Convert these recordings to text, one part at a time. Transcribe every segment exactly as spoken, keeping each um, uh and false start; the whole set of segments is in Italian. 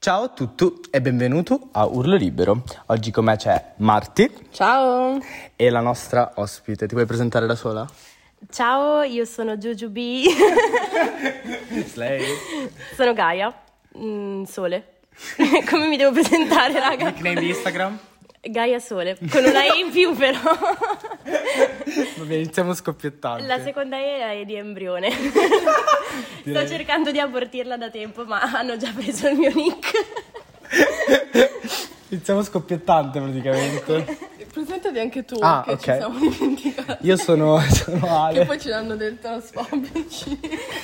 Ciao a tutti e benvenuto a Urlo Libero. Oggi con me c'è Marti. Ciao. E la nostra ospite. Ti vuoi presentare da sola? Ciao, io sono Jujubee. Slay. Sono Gaia. Mm, Sole. Come mi devo presentare, raga? Nickname di Instagram? Gaia Sole, con una E in più però. Vabbè, iniziamo scoppiettante. La seconda E è di embrione. Sto cercando di abortirla da tempo, ma hanno già preso il mio nick. Iniziamo scoppiettante praticamente. Presentati anche tu, Ah, che ok. ci siamo dimenticati. Io sono, sono Ale. Che poi ce l'hanno del transfobici.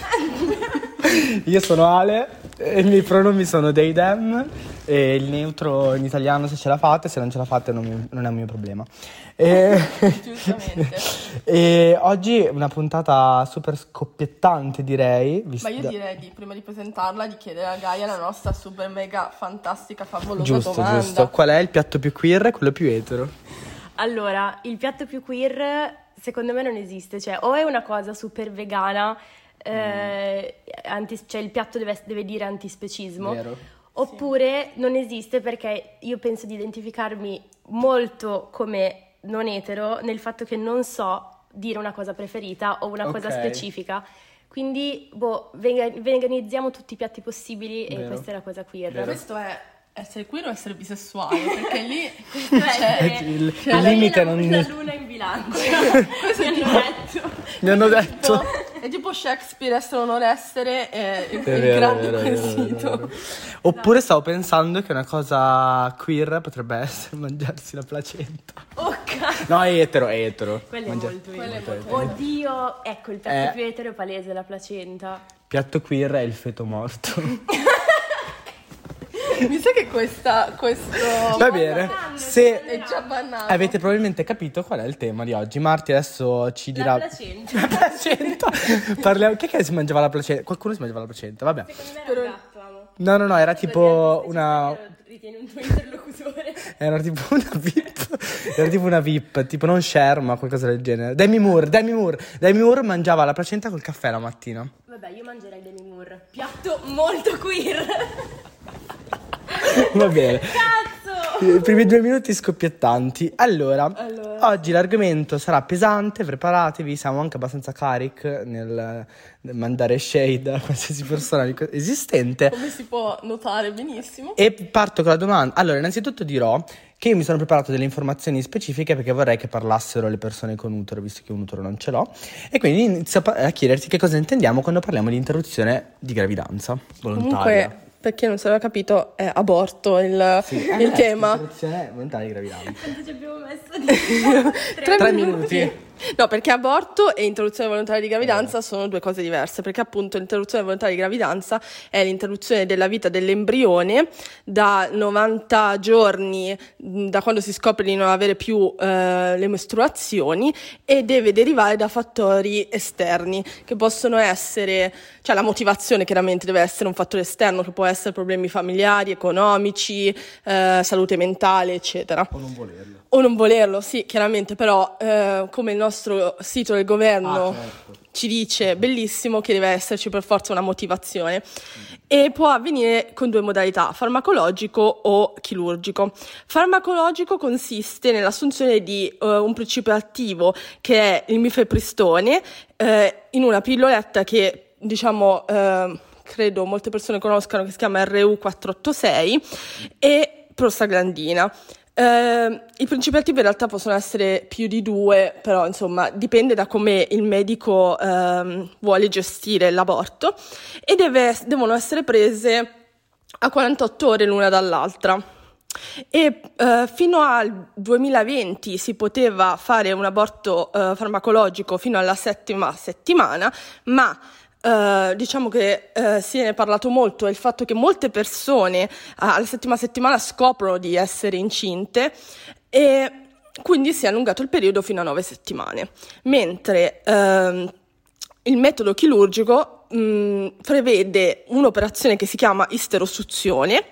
Io sono Ale, e i miei pronomi sono they, them, e il neutro in italiano se ce la fate, se non ce la fate non, mi- non è un mio problema. E... Giustamente. e oggi una puntata super scoppiettante, direi. Ma io vista- direi di, prima di presentarla, di chiedere a Gaia la nostra super mega fantastica favolosa Giusto, domanda. giusto. Qual è il piatto più queer e quello più etero? Allora, il piatto più queer secondo me non esiste, cioè o è una cosa super vegana, eh, anti- cioè il piatto deve, deve dire antispecismo, Vero. oppure non esiste perché io penso di identificarmi molto come non etero nel fatto che non so dire una cosa preferita o una cosa Ok. specifica. Quindi, boh, vega- veganizziamo tutti i piatti possibili e Vero. questa è la cosa queer. Vero. Questo è essere queer o essere bisessuale? Perché lì Questo è essere- il- il avere limite la- non- la luna in bilancia. Mi hanno detto. Mi hanno detto. è tipo Shakespeare, essere o non essere, è il, È il vero, grande è vero, è vero, è quesito. vero. Oppure stavo pensando che una cosa queer potrebbe essere mangiarsi la placenta. Oh, cazzo. No, è etero, è etero. Quello è Mangia- molto Quello è etero. molto Oddio, ecco, il piatto Eh. più etero è palese, la placenta. Piatto queer è il feto morto. Mi sa che questa, questo Va bene. Se è già banale. avete probabilmente capito qual è il tema di oggi, Marti adesso ci dirà. La placenta. La placenta. Parliamo. Che che si mangiava la placenta? Qualcuno si mangiava la placenta, vabbè. Secondo me era un gatto, amo. No, no, no, era tipo una. Ritieni un tuo interlocutore. Era tipo una V I P. Era tipo una V I P, tipo non Cher, ma qualcosa del genere. Demi Moore, Demi Moore. Demi Moore mangiava la placenta col caffè la mattina. Vabbè, io mangerei Demi Moore. Piatto molto queer. Va bene. Cazzo! I primi due minuti scoppiettanti. Allora, Allora. oggi l'argomento sarà pesante, preparatevi, siamo anche abbastanza caric nel, nel mandare shade a qualsiasi persona esistente. Come si può notare benissimo. E parto con la domanda. Allora, innanzitutto dirò che io mi sono preparato delle informazioni specifiche perché vorrei che parlassero le persone con utero, visto che un utero non ce l'ho. E quindi inizio a, pa- a chiederti che cosa intendiamo quando parliamo di interruzione di gravidanza volontaria. Comunque, per chi non si aveva capito, è aborto il, Sì, il eh, tema. Interruzione volontaria di gravidanza. Quanto ci abbiamo messo di... Tre, Tre minuti. minuti. No, perché aborto e interruzione volontaria di gravidanza sono due cose diverse, perché appunto l'interruzione volontaria di gravidanza è l'interruzione della vita dell'embrione da novanta giorni, mh, da quando si scopre di non avere più eh, le mestruazioni, e deve derivare da fattori esterni che possono essere, cioè la motivazione chiaramente deve essere un fattore esterno che può essere problemi familiari, economici, eh, salute mentale, eccetera. O non volerlo. O non volerlo, sì, chiaramente, però eh, come il nostro sito del governo Ah, certo. ci dice, bellissimo, che deve esserci per forza una motivazione. E può avvenire con due modalità, farmacologico o chirurgico. Farmacologico consiste nell'assunzione di eh, un principio attivo che è il mifepristone eh, in una pilloletta che, diciamo, eh, credo molte persone conoscano, che si chiama R U quattrocentottantasei, e prostaglandina. Eh, I principi attivi in realtà possono essere più di due, però insomma dipende da come il medico ehm, vuole gestire l'aborto, e deve, devono essere prese a quarantotto ore l'una dall'altra. E eh, fino al duemilaventi si poteva fare un aborto eh, farmacologico fino alla settima settimana, ma Uh, diciamo che uh, si è parlato molto del fatto che molte persone uh, alla settima settimana scoprono di essere incinte, e quindi si è allungato il periodo fino a nove settimane, mentre uh, il metodo chirurgico mh, prevede un'operazione che si chiama isterosuzione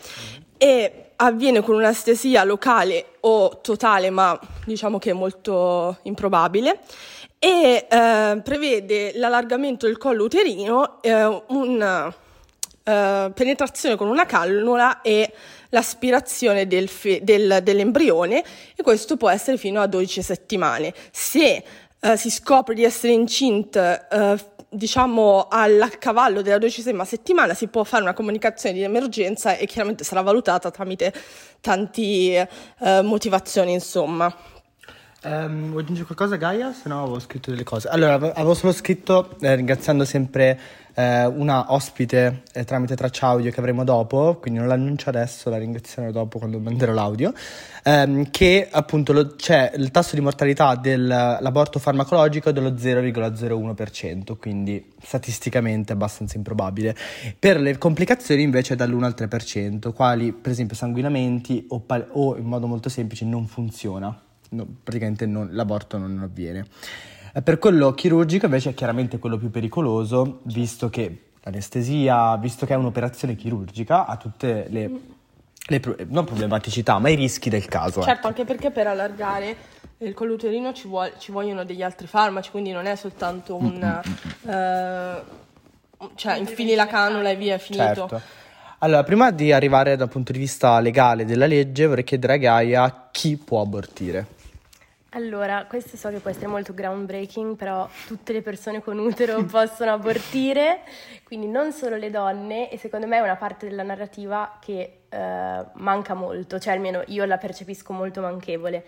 e avviene con un'anestesia locale o totale, ma diciamo che è molto improbabile, e eh, prevede l'allargamento del collo uterino, eh, un eh, penetrazione con una cannula e l'aspirazione del fe- del, dell'embrione, e questo può essere fino a dodici settimane. Se eh, si scopre di essere incinta eh, diciamo al cavallo della dodicesima settimana, si può fare una comunicazione di emergenza e chiaramente sarà valutata tramite tante eh, motivazioni, insomma. Um, vuoi aggiungere qualcosa, Gaia? Se no avevo scritto delle cose. Allora, ave- avevo solo scritto, eh, ringraziando sempre eh, una ospite eh, tramite traccia audio che avremo dopo, quindi non l'annuncio adesso, la ringrazierò dopo quando manderò l'audio, ehm, che appunto lo, c'è il tasso di mortalità dell'aborto farmacologico dello zero virgola zero uno per cento, quindi statisticamente abbastanza improbabile. Per le complicazioni invece è dall'uno al tre per cento, quali per esempio sanguinamenti o, pal- o in modo molto semplice non funziona. No, praticamente non, l'aborto non avviene. Eh, per quello chirurgico invece è chiaramente quello più pericoloso, visto che l'anestesia, visto che è un'operazione chirurgica, ha tutte le, le pro- non problematicità, ma i rischi del caso. Certo, ecco. anche perché per allargare il collo uterino ci, vuol- ci vogliono degli altri farmaci, quindi non è soltanto un... eh, cioè infili la cannula e via, è finito. Certo. Allora, prima di arrivare dal punto di vista legale della legge, vorrei chiedere a Gaia chi può abortire. Allora, questo so che può essere molto groundbreaking, però tutte le persone con utero possono abortire, quindi non solo le donne, e secondo me è una parte della narrativa che eh, manca molto, cioè almeno io la percepisco molto manchevole.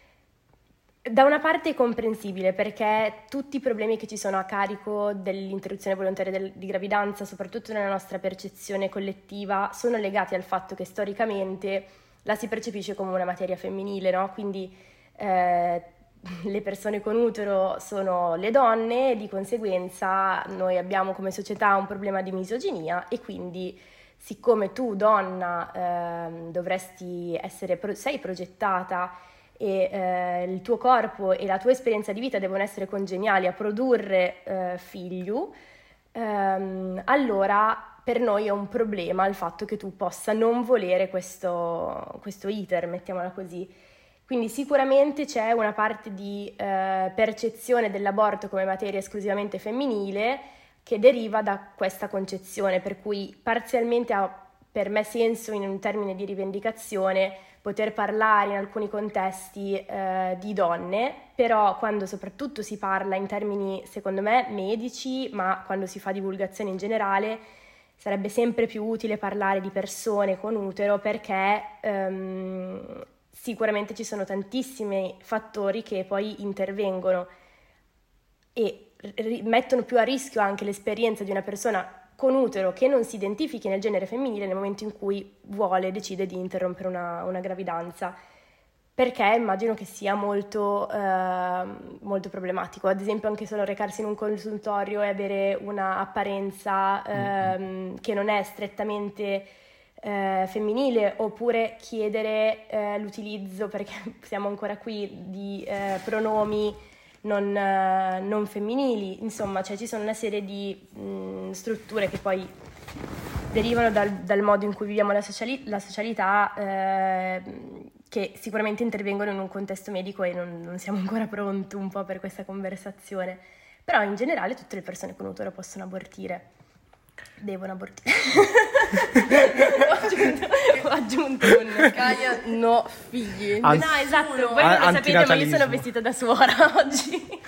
Da una parte è comprensibile, perché tutti i problemi che ci sono a carico dell'interruzione volontaria del, di gravidanza, soprattutto nella nostra percezione collettiva, sono legati al fatto che storicamente la si percepisce come una materia femminile, no? Quindi eh, le persone con utero sono le donne e di conseguenza noi abbiamo come società un problema di misoginia, e quindi siccome tu donna eh, dovresti essere, pro- sei progettata e eh, il tuo corpo e la tua esperienza di vita devono essere congeniali a produrre eh, figlio, ehm, allora per noi è un problema il fatto che tu possa non volere questo, questo iter, mettiamola così. Quindi sicuramente c'è una parte di eh, percezione dell'aborto come materia esclusivamente femminile che deriva da questa concezione, per cui parzialmente ha per me senso in un termine di rivendicazione poter parlare in alcuni contesti eh, di donne, però quando soprattutto si parla in termini, secondo me, medici, ma quando si fa divulgazione in generale, sarebbe sempre più utile parlare di persone con utero, perché ehm, sicuramente ci sono tantissimi fattori che poi intervengono e ri- mettono più a rischio anche l'esperienza di una persona con utero che non si identifichi nel genere femminile nel momento in cui vuole, decide di interrompere una, una gravidanza, perché immagino che sia molto, eh, molto problematico. Ad esempio anche solo recarsi in un consultorio e avere una apparenza eh, mm-hmm. che non è strettamente eh, femminile, oppure chiedere eh, l'utilizzo, perché siamo ancora qui, di eh, pronomi Non, uh, non femminili, insomma, cioè ci sono una serie di mh, strutture che poi derivano dal, dal modo in cui viviamo la, sociali- la socialità, eh, che sicuramente intervengono in un contesto medico e non, non siamo ancora pronti un po' per questa conversazione, però in generale tutte le persone con utero possono abortire, devono abortire. ho aggiunto, ho aggiunto un Gaia, no figli. An- no, esatto, voi An- non lo sapete, ma io sono antinatalismo. vestita da suora oggi.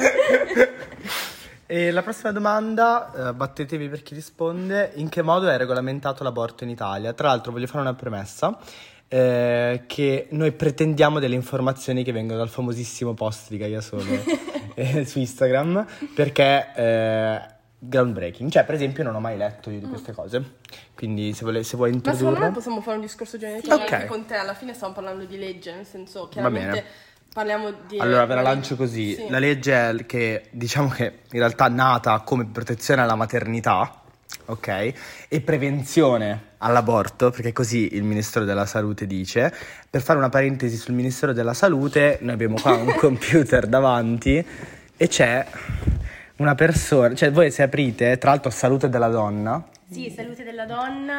E la prossima domanda, eh, battetevi per chi risponde: in che modo è regolamentato l'aborto in Italia? Tra l'altro voglio fare una premessa, eh, che noi pretendiamo delle informazioni che vengono dal famosissimo post di Gaia Sole eh, su Instagram, perché eh, groundbreaking, cioè per esempio non ho mai letto io di queste cose, quindi se, vuole, se vuoi Ma secondo introdurre. me possiamo fare un discorso generale Sì. Ok. anche con te, alla fine stiamo parlando di legge, nel senso Va chiaramente bene. parliamo di... Allora ve la lancio così, Sì. la legge è che diciamo che in realtà è nata come protezione alla maternità, ok? E prevenzione all'aborto, perché così il Ministero della Salute dice. Per fare una parentesi sul Ministero della Salute, noi abbiamo qua un computer davanti e c'è una persona, cioè voi se aprite, tra l'altro Salute della Donna. Sì, Salute della Donna,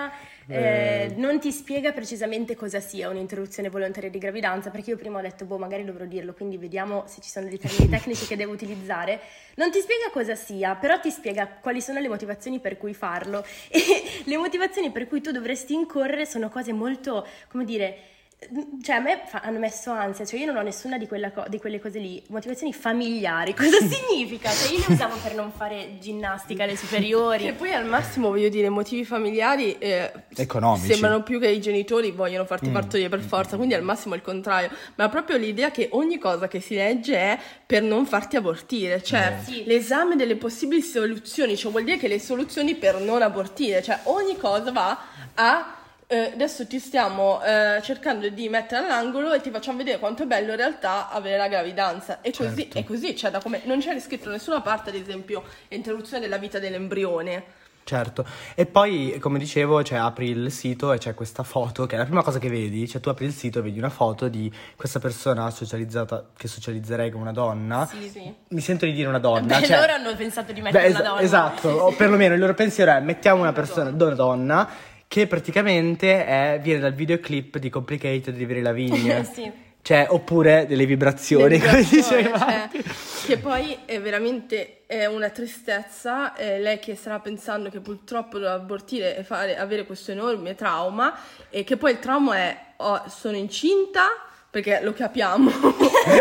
Eh, non ti spiega precisamente cosa sia un'interruzione volontaria di gravidanza, perché io prima ho detto, boh, magari dovrò dirlo, quindi vediamo se ci sono dei termini tecnici che devo utilizzare. Non ti spiega cosa sia, però ti spiega quali sono le motivazioni per cui farlo, e le motivazioni per cui tu dovresti incorrere sono cose molto, come dire, cioè a me fa- hanno messo ansia, cioè io non ho nessuna di, quella co- di quelle cose lì. Motivazioni familiari, cosa significa? Cioè io le usavo per non fare ginnastica alle superiori. E poi al massimo, voglio dire, motivi familiari eh, Economici. sembrano più che i genitori vogliono farti Mm. partorire per forza, quindi al massimo è il contrario, ma proprio l'idea che ogni cosa che si legge è per non farti abortire, cioè Sì. l'esame delle possibili soluzioni, cioè vuol dire che le soluzioni per non abortire, cioè ogni cosa va a eh, adesso ti stiamo eh, cercando di mettere all'angolo e ti facciamo vedere quanto è bello in realtà avere la gravidanza. E così, Certo. è così, cioè da come non c'è scritto da nessuna parte, ad esempio, l'interruzione della vita dell'embrione. Certo, e poi come dicevo, cioè, apri il sito e c'è questa foto che è la prima cosa che vedi, cioè tu apri il sito e vedi una foto di questa persona socializzata, che socializzerei come una donna. Sì, sì. Mi sento di dire una donna. Beh, cioè- loro hanno pensato di mettere Beh, una es- donna. Esatto, o perlomeno il loro pensiero è mettiamo una persona, una donna, che praticamente è, viene dal videoclip di Complicated di Avril Lavigne. Sì. Cioè, oppure delle vibrazioni, Le come vibrazioni, diceva. cioè, che poi è veramente è una tristezza, eh, lei che starà pensando che purtroppo dovrà abortire e fare, avere questo enorme trauma, e che poi il trauma è oh, sono incinta, perché lo capiamo, lo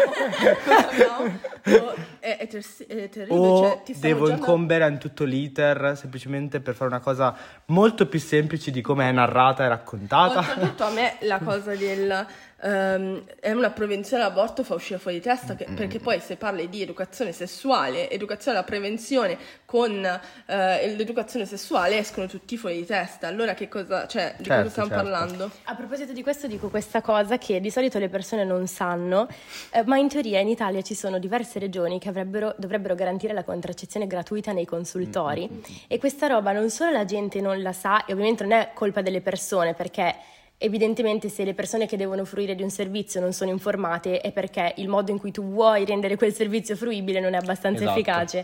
capiamo, oh, è, è, ter- è terribile, O cioè, ti stiamo devo già- incombere in tutto l'iter semplicemente per fare una cosa molto più semplice di come è narrata e raccontata. Oltretutto a me la cosa del ehm, è una prevenzione all'aborto fa uscire fuori di testa, che- perché poi se parli di educazione sessuale, educazione alla prevenzione con eh, l'educazione sessuale escono tutti fuori di testa. Allora che cosa, cioè, di Certo, cosa stiamo certo. parlando? A proposito di questo dico questa cosa che di solito le persone non sanno, eh, ma in teoria in Italia ci sono diverse regioni che avrebbero, dovrebbero garantire la contraccezione gratuita nei consultori, e questa roba non solo la gente non la sa, e ovviamente non è colpa delle persone, perché evidentemente se le persone che devono fruire di un servizio non sono informate è perché il modo in cui tu vuoi rendere quel servizio fruibile non è abbastanza Esatto. efficace.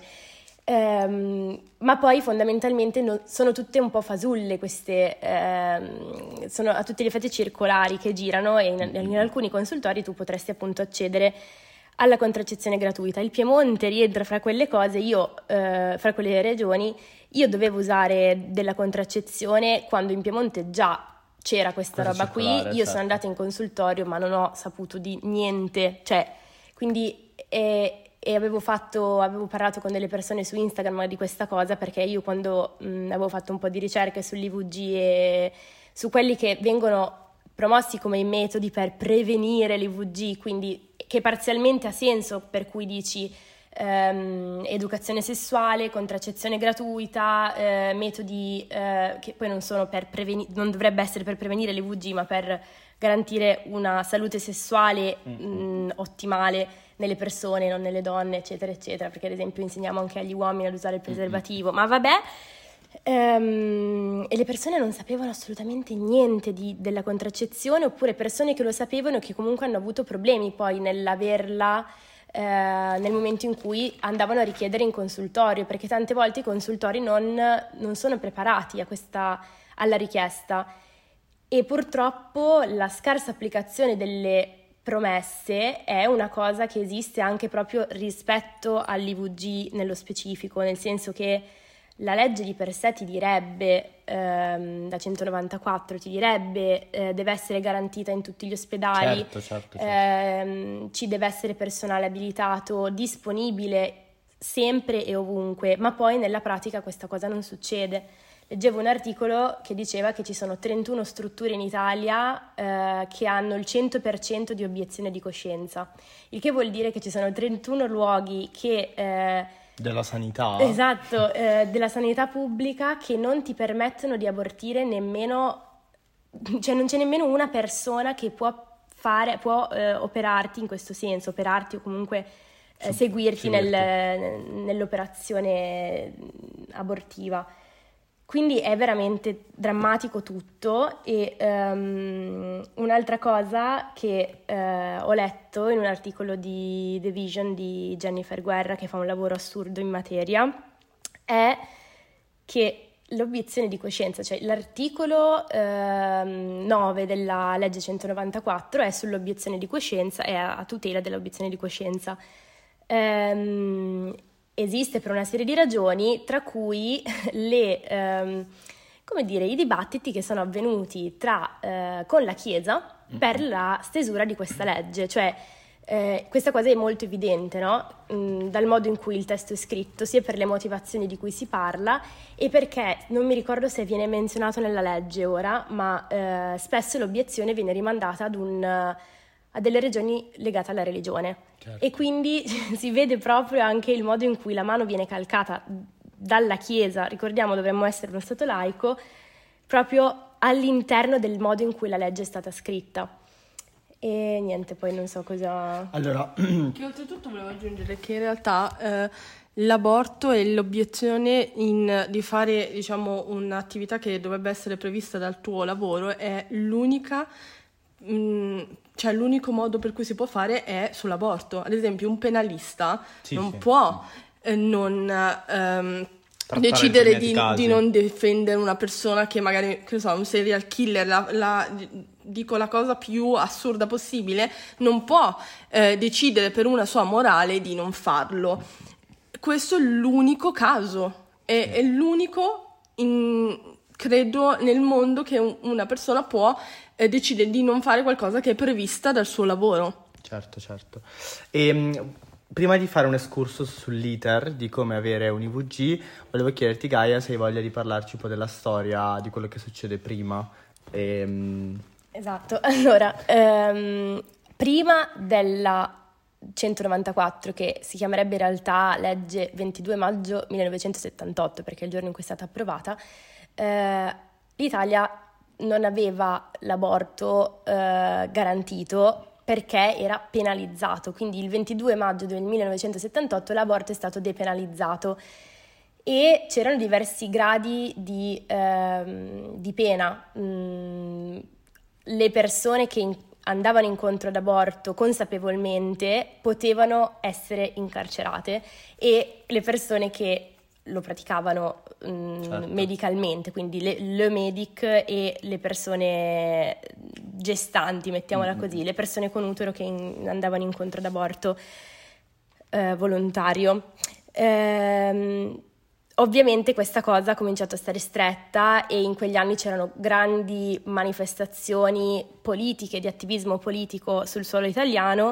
Ehm, ma poi fondamentalmente no- sono tutte un po' fasulle queste, ehm, sono a tutti gli effetti circolari che girano, e in, in alcuni consultori tu potresti appunto accedere alla contraccezione gratuita. Il Piemonte rientra fra quelle cose, io eh, fra quelle regioni, io dovevo usare della contraccezione quando in Piemonte già c'era questa Cosa roba qui, circolare, io certo. sono andata in consultorio ma non ho saputo di niente, cioè, quindi eh, e avevo fatto, avevo parlato con delle persone su Instagram di questa cosa, perché io quando mh, avevo fatto un po' di ricerche sull'I V G e su quelli che vengono promossi come i metodi per prevenire l'I V G, quindi che parzialmente ha senso, per cui dici ehm, educazione sessuale, contraccezione gratuita, eh, metodi eh, che poi non sono per prevenire, non dovrebbe essere per prevenire l'I V G, ma per garantire una salute sessuale mh, ottimale nelle persone, non nelle donne, eccetera, eccetera, perché ad esempio insegniamo anche agli uomini ad usare il preservativo, ma vabbè. Ehm, e le persone non sapevano assolutamente niente di, della contraccezione, oppure persone che lo sapevano e che comunque hanno avuto problemi poi nell'averla eh, nel momento in cui andavano a richiedere in consultorio, perché tante volte i consultori non, non sono preparati a questa, alla richiesta, e purtroppo la scarsa applicazione delle promesse è una cosa che esiste anche proprio rispetto all'I V G nello specifico, nel senso che la legge di per sé ti direbbe, ehm, da centonovantaquattro, ti direbbe eh, deve essere garantita in tutti gli ospedali, Certo, certo, certo. ehm, ci deve essere personale abilitato, disponibile sempre e ovunque, ma poi nella pratica questa cosa non succede. Leggevo un articolo che diceva che ci sono trentuno strutture in Italia eh, che hanno il cento per cento di obiezione di coscienza, il che vuol dire che ci sono trentuno luoghi che... Eh, Della sanità. Esatto, eh, della sanità pubblica che non ti permettono di abortire nemmeno, cioè non c'è nemmeno una persona che può fare, può eh, operarti in questo senso, operarti o comunque eh, seguirti nel, nell'operazione abortiva. Quindi è veramente drammatico tutto. E um, un'altra cosa che uh, ho letto in un articolo di The Vision di Jennifer Guerra, che fa un lavoro assurdo in materia, è che l'obiezione di coscienza, cioè l'articolo ehm, nove della legge centonovantaquattro è sull'obiezione di coscienza, è a, a tutela dell'obiezione di coscienza. Ehm, esiste per una serie di ragioni, tra cui le, ehm, come dire, i dibattiti che sono avvenuti tra, eh, con la Chiesa per la stesura di questa legge, cioè Eh, questa cosa è molto evidente, no? Mm, dal modo in cui il testo è scritto, sia per le motivazioni di cui si parla e perché, non mi ricordo se viene menzionato nella legge ora, ma eh, spesso l'obiezione viene rimandata ad un, a delle ragioni legate alla religione. Certo. E quindi si vede proprio anche il modo in cui la mano viene calcata dalla Chiesa, ricordiamo dovremmo essere uno Stato laico, proprio all'interno del modo in cui la legge è stata scritta. E niente, poi non so cosa... Allora... Che oltretutto volevo aggiungere che in realtà eh, l'aborto e l'obiezione in, di fare, diciamo, un'attività che dovrebbe essere prevista dal tuo lavoro è l'unica... Mh, cioè l'unico modo per cui si può fare è sull'aborto. Ad esempio un penalista sì, non sì. può eh, non... Ehm, decidere di, di non difendere una persona che magari, che so, un serial killer, la, la, dico la cosa più assurda possibile, non può eh, decidere per una sua morale di non farlo. Questo è l'unico caso, è, è l'unico, in, credo, nel mondo che un, una persona può eh, decidere di non fare qualcosa che è prevista dal suo lavoro. Certo, certo. E... Prima di fare un excursus sull'iter di come avere un I V G, volevo chiederti, Gaia, se hai voglia di parlarci un po' della storia, di quello che succede prima. E... Esatto, allora, ehm, prima della centonovantaquattro, che si chiamerebbe in realtà legge ventidue maggio millenovecentosettantotto, perché è il giorno in cui è stata approvata, eh, l'Italia non aveva l'aborto eh, garantito, perché era penalizzato, quindi il ventidue maggio del millenovecentosettantotto l'aborto è stato depenalizzato e c'erano diversi gradi di, ehm, di pena. Mm, le persone che in- andavano incontro ad aborto consapevolmente potevano essere incarcerate e le persone che lo praticavano mh, certo. medicalmente, quindi le, le medic e le persone gestanti, mettiamola mm-hmm. così, le persone con utero che in, andavano incontro ad aborto eh, volontario. Ehm, ovviamente questa cosa ha cominciato a stare stretta e in quegli anni c'erano grandi manifestazioni politiche, di attivismo politico sul suolo italiano,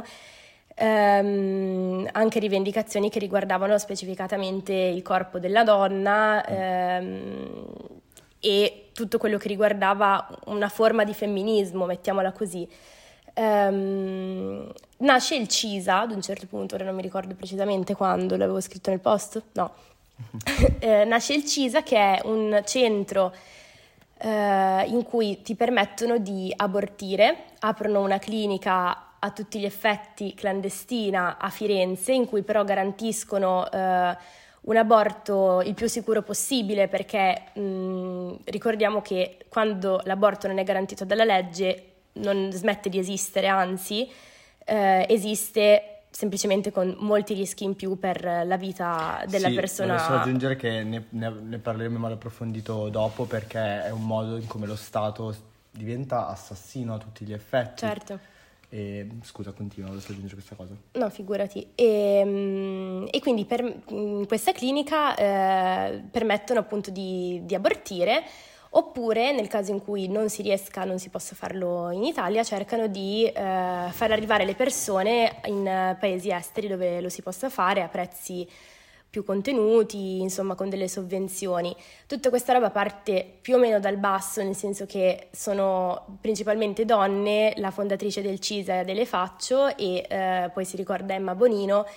Ehm, anche rivendicazioni che riguardavano specificatamente il corpo della donna ehm, e tutto quello che riguardava una forma di femminismo, mettiamola così. Ehm, nasce il CISA ad un certo punto, ora non mi ricordo precisamente quando, l'avevo scritto nel post? No. eh, nasce il CISA, che è un centro eh, in cui ti permettono di abortire, aprono una clinica a tutti gli effetti clandestina a Firenze, in cui però garantiscono eh, un aborto il più sicuro possibile, perché mh, ricordiamo che quando l'aborto non è garantito dalla legge non smette di esistere, anzi eh, esiste semplicemente con molti rischi in più per la vita della sì, persona. Volevo solo aggiungere che ne, ne, ne parleremo in modo approfondito dopo, perché è un modo in come lo Stato diventa assassino a tutti gli effetti. Certo. E, scusa, continua, volevo aggiungere questa cosa. No, figurati. E, e quindi per in questa clinica eh, permettono appunto di, di abortire, oppure nel caso in cui non si riesca, non si possa farlo in Italia, cercano di eh, far arrivare le persone in paesi esteri dove lo si possa fare a prezzi più contenuti, insomma con delle sovvenzioni. Tutta questa roba parte più o meno dal basso, nel senso che sono principalmente donne, la fondatrice del CISA è Adele Faccio e eh, poi si ricorda Emma Bonino,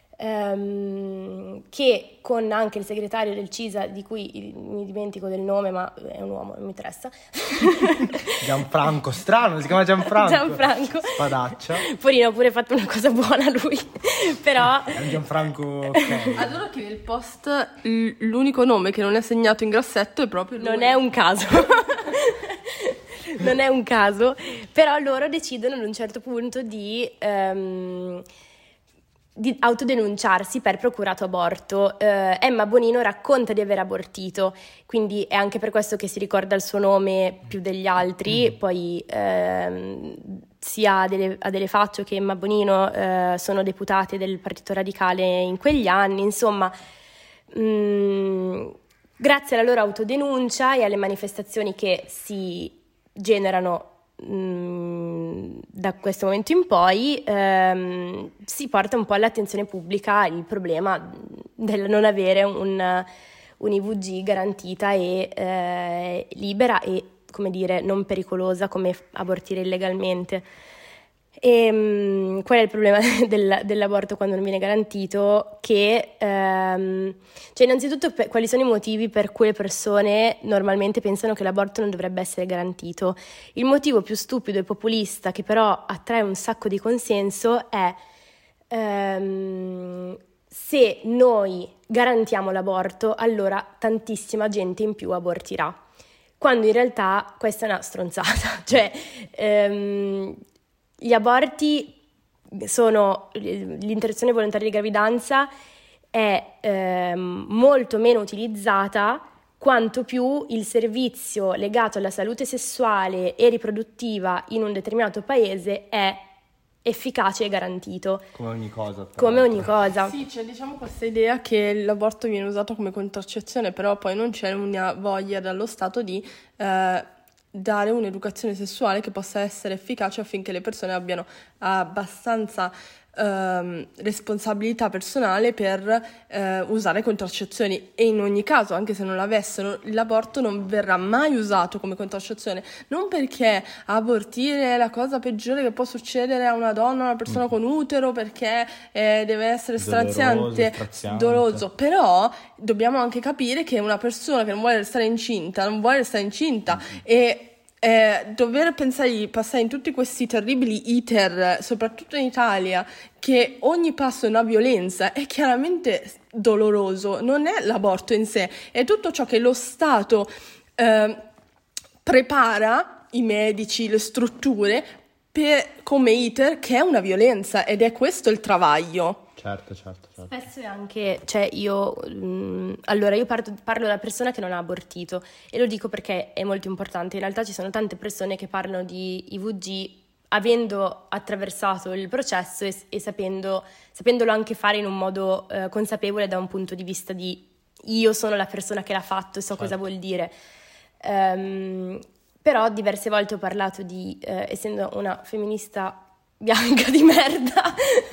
ehm, che con anche il segretario del CISA, di cui mi dimentico del nome, ma è un uomo, non mi interessa. Gianfranco, strano, si chiama Gianfranco. Gianfranco. Spadaccia. Porino ha pure fatto una cosa buona lui, però... È un Gianfranco, ok. Allora che nel post l- l'unico nome che non è segnato in grassetto è proprio lui. Non è un caso. Non è un caso, però loro decidono ad un certo punto di... Um, di autodenunciarsi per procurato aborto. Eh, Emma Bonino racconta di aver abortito, quindi è anche per questo che si ricorda il suo nome più degli altri. Poi ehm, sia Adele, Adele Faccio che Emma Bonino eh, sono deputate del Partito Radicale in quegli anni, insomma. Mh, grazie alla loro autodenuncia e alle manifestazioni che si generano mh, da questo momento in poi, ehm, si porta un po' all'attenzione pubblica il problema del non avere un, un I V G garantita e eh, libera e, come dire, non pericolosa come abortire illegalmente. E, mh, qual è il problema del, dell'aborto quando non viene garantito? Che, ehm, cioè innanzitutto per, quali sono i motivi per cui le persone normalmente pensano che l'aborto non dovrebbe essere garantito? Il motivo più stupido e populista, che però attrae un sacco di consenso, è ehm, se noi garantiamo l'aborto, allora tantissima gente in più abortirà, quando in realtà questa è una stronzata. Cioè ehm, gli aborti sono, l'interruzione volontaria di gravidanza è ehm, molto meno utilizzata quanto più il servizio legato alla salute sessuale e riproduttiva in un determinato paese è efficace e garantito. Come ogni cosa. Come ogni cosa. Sì, c'è diciamo questa idea che l'aborto viene usato come contraccezione, però poi non c'è una voglia dallo Stato di eh, dare un'educazione sessuale che possa essere efficace affinché le persone abbiano abbastanza ehm, responsabilità personale per eh, usare contraccezioni, e in ogni caso, anche se non l'avessero, l'aborto non verrà mai usato come contraccezione, non perché abortire è la cosa peggiore che può succedere a una donna, a una persona mm. con utero, perché eh, deve essere straziante, straziante, doloroso, però dobbiamo anche capire che una persona che non vuole restare incinta non vuole restare incinta mm. e Eh, dover pensare di passare in tutti questi terribili iter, soprattutto in Italia, che ogni passo è una violenza, è chiaramente doloroso. Non è l'aborto in sé, è tutto ciò che lo Stato eh, prepara, i medici, le strutture, per, come iter, che è una violenza, ed è questo il travaglio. Certo, certo, certo. Spesso è anche, cioè io, mh, allora io parto, parlo da persona che non ha abortito, e lo dico perché è molto importante. In realtà ci sono tante persone che parlano di I V G avendo attraversato il processo e, e sapendo, sapendolo anche fare in un modo eh, consapevole da un punto di vista di io sono la persona che l'ha fatto e so certo. cosa vuol dire. Um, però diverse volte ho parlato di, eh, essendo una femminista bianca di merda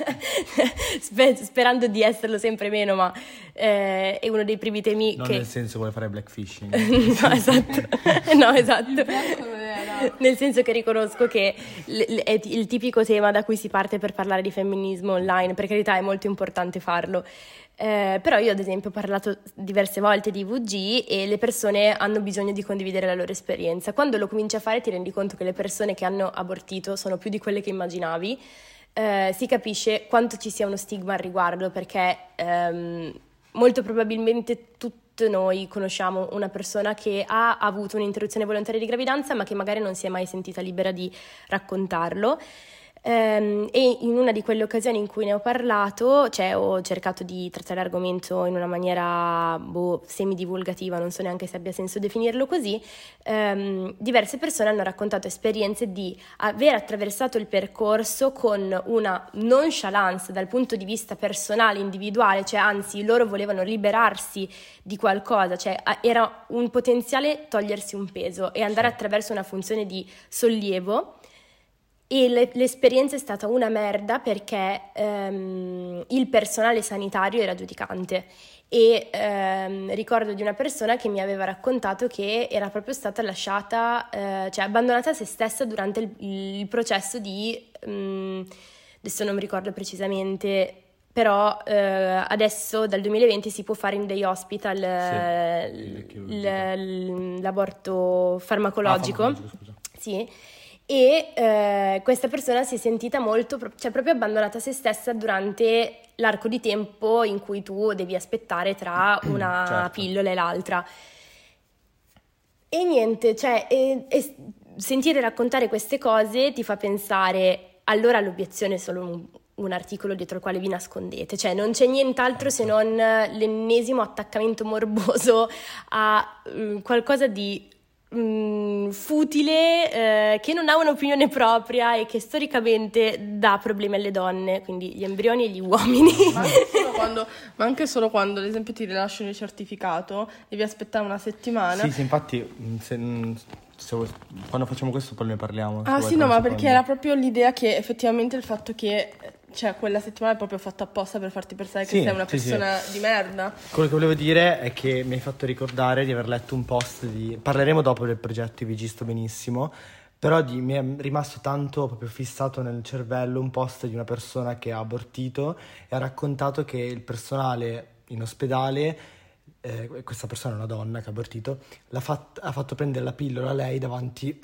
sperando di esserlo sempre meno, ma eh, è uno dei primi temi non che... nel senso vuole fare blackfishing. no esatto no esatto nel senso che riconosco che l- l- è il tipico tema da cui si parte per parlare di femminismo online. Per carità, è molto importante farlo, eh, però io ad esempio ho parlato diverse volte di I V G e le persone hanno bisogno di condividere la loro esperienza. Quando lo cominci a fare ti rendi conto che le persone che hanno abortito sono più di quelle che immaginavi. Eh, si capisce quanto ci sia uno stigma al riguardo, perché ehm, molto probabilmente tutti noi conosciamo una persona che ha avuto un'interruzione volontaria di gravidanza ma che magari non si è mai sentita libera di raccontarlo. Um, e in una di quelle occasioni in cui ne ho parlato, cioè ho cercato di trattare l'argomento in una maniera boh, semidivulgativa, non so neanche se abbia senso definirlo così, um, diverse persone hanno raccontato esperienze di aver attraversato il percorso con una nonchalance dal punto di vista personale, individuale, cioè anzi loro volevano liberarsi di qualcosa, cioè era un potenziale togliersi un peso e andare attraverso una funzione di sollievo. E le, l'esperienza è stata una merda perché um, il personale sanitario era giudicante e um, ricordo di una persona che mi aveva raccontato che era proprio stata lasciata, uh, cioè abbandonata a se stessa durante il, il processo di, um, adesso non mi ricordo precisamente, però uh, adesso dal duemilaventi si può fare in day hospital sì, l, l, l'aborto farmacologico, ah, farmacologico scusa. Sì. E eh, questa persona si è sentita molto, cioè proprio abbandonata a se stessa durante l'arco di tempo in cui tu devi aspettare tra una certo. pillola e l'altra. E niente, cioè e, e sentire raccontare queste cose ti fa pensare, allora l'obiezione è solo un, un articolo dietro il quale vi nascondete, cioè non c'è nient'altro se non l'ennesimo attaccamento morboso a uh, qualcosa di um, futile, eh, che non ha un'opinione propria e che storicamente dà problemi alle donne, quindi gli embrioni e gli uomini. Ma anche solo quando, ma anche solo quando ad esempio ti rilasciano il certificato, devi aspettare una settimana. Sì, sì, infatti se, se vuoi, quando facciamo questo poi ne parliamo. Ah sì, no, ma perché era proprio l'idea che effettivamente il fatto che, cioè, quella settimana è proprio fatta apposta per farti pensare che sì, sei una sì, persona sì. di merda. Quello che volevo dire è che mi hai fatto ricordare di aver letto un post di... Parleremo dopo del progetto I V G, sto benissimo, però di... mi è rimasto tanto proprio fissato nel cervello un post di una persona che ha abortito e ha raccontato che il personale in ospedale, eh, questa persona è una donna che ha abortito, l'ha fat- ha fatto prendere la pillola a lei davanti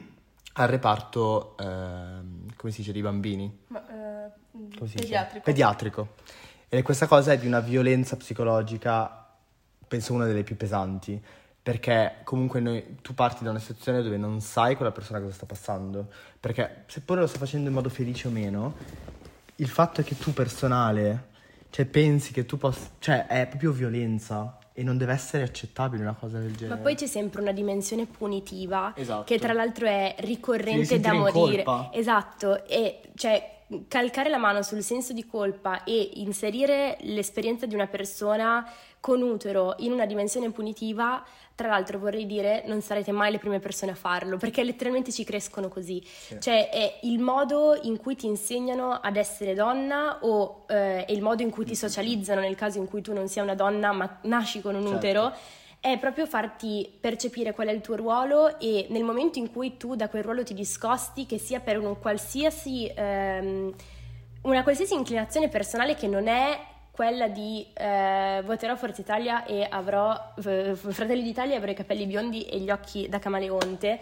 al reparto, eh, come si dice, dei bambini. Ma, eh, Come si dice? pediatrico. Pediatrico. E questa cosa è di una violenza psicologica, penso una delle più pesanti, perché comunque noi, tu parti da una situazione dove non sai quella persona cosa sta passando, perché seppure lo sta facendo in modo felice o meno, il fatto è che tu personale, cioè pensi che tu possa, cioè è proprio violenza e non deve essere accettabile una cosa del genere. Ma poi c'è sempre una dimensione punitiva, esatto, che tra l'altro è ricorrente Ti devi da sentire in morire. colpa. Esatto, e cioè calcare la mano sul senso di colpa e inserire l'esperienza di una persona con utero in una dimensione punitiva, tra l'altro vorrei dire, non sarete mai le prime persone a farlo, perché letteralmente ci crescono così. Sì. Cioè è il modo in cui ti insegnano ad essere donna o eh, è il modo in cui ti socializzano nel caso in cui tu non sia una donna ma nasci con un Certo. utero, è proprio farti percepire qual è il tuo ruolo e nel momento in cui tu da quel ruolo ti discosti, che sia per un qualsiasi, ehm, una qualsiasi inclinazione personale che non è quella di eh, voterò Forza Italia e avrò eh, Fratelli d'Italia e avrò i capelli biondi e gli occhi da camaleonte,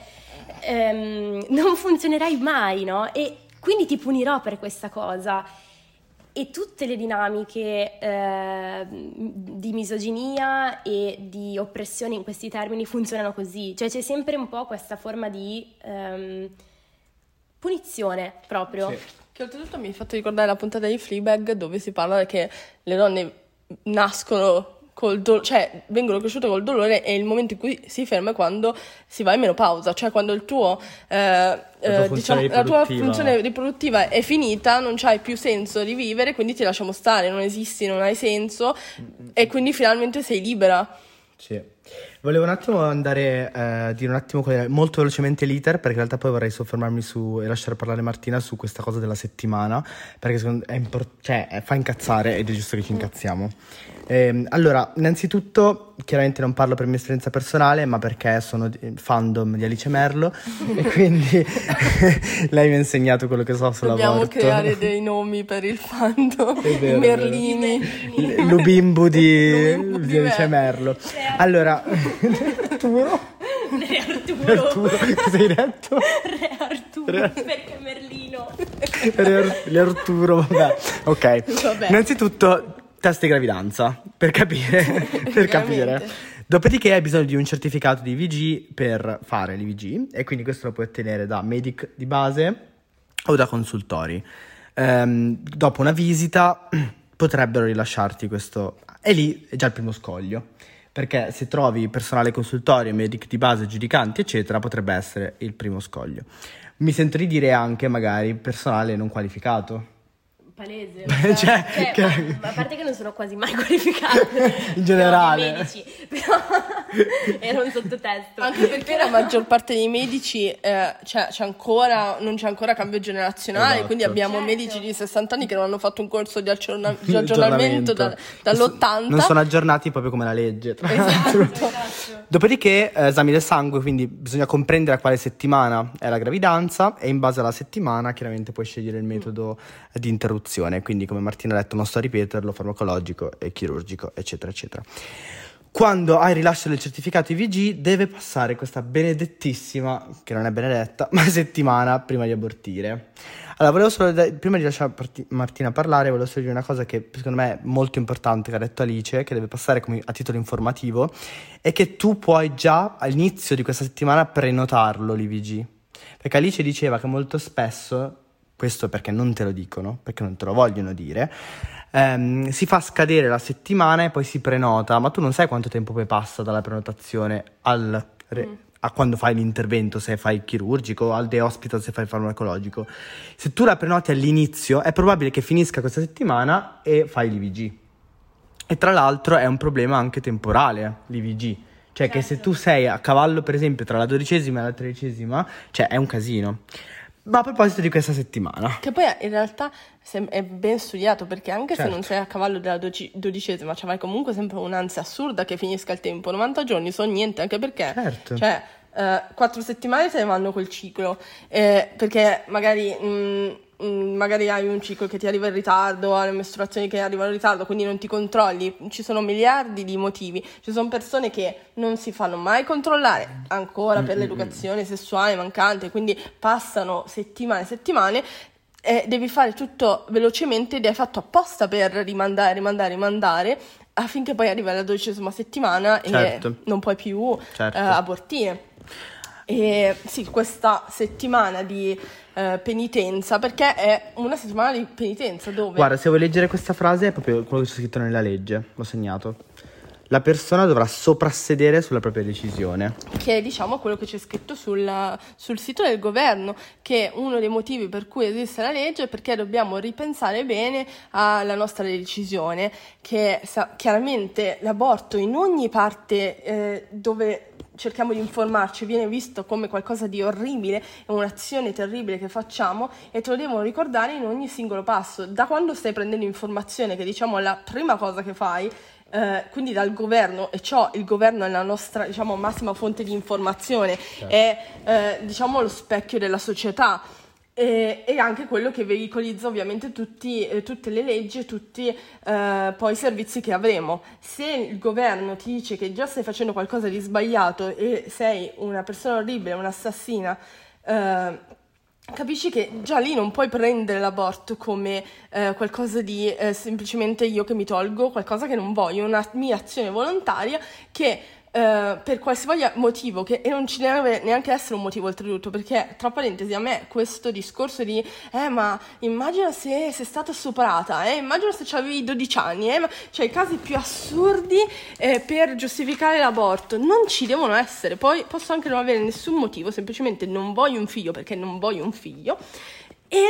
ehm, non funzionerai mai, no? E quindi ti punirò per questa cosa. E tutte le dinamiche eh, di misoginia e di oppressione in questi termini funzionano così, cioè c'è sempre un po' questa forma di ehm, punizione proprio. Sì. Che oltretutto mi hai fatto ricordare la puntata di Fleabag dove si parla che le donne nascono col dolore, cioè vengono cresciute col dolore e il momento in cui si ferma è quando si va in menopausa, cioè quando il tuo eh, eh, diciamo, la tua funzione riproduttiva è finita, non c'hai più senso di vivere, quindi ti lasciamo stare, non esisti, non hai senso e quindi finalmente sei libera. Sì. Volevo un attimo andare a eh, dire un attimo qual è- molto velocemente l'iter, perché in realtà poi vorrei soffermarmi su e lasciare parlare Martina su questa cosa della settimana, perché secondo è impor- cioè, eh, fa incazzare ed è giusto che ci incazziamo. Ehm, allora, innanzitutto, chiaramente non parlo per mia esperienza personale, ma perché sono di- fandom di Alice Merlo e quindi lei mi ha insegnato quello che so Dobbiamo sull'aborto. creare dei nomi per il fandom, È vero, è Merlini. L- Lubimbu di, Lubimbu di di Alice Merlo. Allora, Arturo? Re Arturo. Arturo, cosa hai detto? Re Arturo, Re- perché Merlino. Re Ar- Re Arturo, vabbè. Ok. Vabbè. Innanzitutto, test di gravidanza, per capire. per capire. Veramente. Dopodiché hai bisogno di un certificato di I V G per fare l'I V G e quindi questo lo puoi ottenere da medic di base o da consultori. Ehm, dopo una visita potrebbero rilasciarti questo e lì è già il primo scoglio, perché se trovi personale consultorio, medic di base, giudicanti eccetera potrebbe essere il primo scoglio. Mi sento di dire anche magari personale non qualificato. Palese. Cioè, Cioè, che- ma, a parte che non sono quasi mai qualificate In generale. no, medici, però era un sottotesto. Anche perché la maggior parte dei medici eh, c'è, c'è ancora, non c'è ancora cambio generazionale, Esatto. quindi abbiamo Certo. medici di sessanta anni che non hanno fatto un corso di, aggiorna- di Di aggiornamento da- dall'ottanta. Non sono aggiornati proprio come la legge, tra l'altro. Esatto. Dopodiché eh, esami del sangue, quindi bisogna comprendere a quale settimana è la gravidanza e in base alla settimana chiaramente puoi scegliere il metodo eh, di interruzione, quindi come Martina ha detto non sto a ripeterlo, farmacologico e chirurgico eccetera eccetera. Quando hai rilascio del certificato I V G deve passare questa benedettissima, che non è benedetta, ma settimana prima di abortire. Allora, volevo solo, da- prima di lasciare parti- Martina parlare, volevo solo dire una cosa che secondo me è molto importante, che ha detto Alice, che deve passare come a titolo informativo, è che tu puoi già all'inizio di questa settimana prenotarlo l'I V G. Perché Alice diceva che molto spesso questo perché non te lo dicono, perché non te lo vogliono dire, ehm, si fa scadere la settimana e poi si prenota, ma tu non sai quanto tempo poi passa dalla prenotazione al re- mm. a quando fai l'intervento, se fai il chirurgico, al day hospital se fai il farmacologico. Se tu la prenoti all'inizio è probabile che finisca questa settimana e fai l'I V G. E tra l'altro è un problema anche temporale l'I V G, cioè certo. Che se tu sei a cavallo per esempio tra la dodicesima e la tredicesima, cioè è un casino. Ma a proposito di questa settimana, che poi in realtà è ben studiato, perché anche certo. se non sei a cavallo della dodicesima, cioè vai comunque sempre un'ansia assurda che finisca il tempo. novanta giorni sono niente, anche perché certo. cioè eh, quattro settimane te ne vanno col ciclo, eh, perché magari mh, mh, magari hai un ciclo che ti arriva in ritardo, hai le mestruazioni che arrivano in ritardo, quindi non ti controlli. Ci sono miliardi di motivi. Ci sono persone che non si fanno mai controllare ancora per l'educazione sessuale mancante, quindi passano settimane e settimane. E devi fare tutto velocemente ed è fatto apposta per rimandare, rimandare, rimandare affinché poi arrivi alla dodicesima settimana certo. e non puoi più certo. eh, abortire. E sì, questa settimana di eh, penitenza, perché è una settimana di penitenza dove... Guarda, se vuoi leggere questa frase è proprio quello che c'è scritto nella legge, l'ho segnato. La persona dovrà soprassedere sulla propria decisione. Che è, diciamo, quello che c'è scritto sul, sul sito del governo, che uno dei motivi per cui esiste la legge è perché dobbiamo ripensare bene alla nostra decisione, che sa, chiaramente l'aborto in ogni parte eh, dove cerchiamo di informarci viene visto come qualcosa di orribile, è un'azione terribile che facciamo e te lo devono ricordare in ogni singolo passo. Da quando stai prendendo informazione, che diciamo è la prima cosa che fai, Uh, quindi dal governo, e ciò il governo è la nostra, diciamo, massima fonte di informazione, certo. È uh, diciamo lo specchio della società e, e anche quello che veicolizza ovviamente tutti, eh, tutte le leggi e tutti uh, poi i servizi che avremo. Se il governo ti dice che già stai facendo qualcosa di sbagliato e sei una persona orribile, un'assassina, uh, capisci che già lì non puoi prendere l'aborto come eh, qualcosa di eh, semplicemente io che mi tolgo qualcosa che non voglio, una mia azione volontaria che eh, per qualsivoglia motivo, che, e non ci deve neanche essere un motivo oltretutto, perché tra parentesi a me questo discorso di eh ma immagina se sei stata stuprata, eh, immagina se avevi dodici anni, eh, ma, cioè i casi più assurdi eh, per giustificare l'aborto non ci devono essere. Poi posso anche non avere nessun motivo, semplicemente non voglio un figlio perché non voglio un figlio e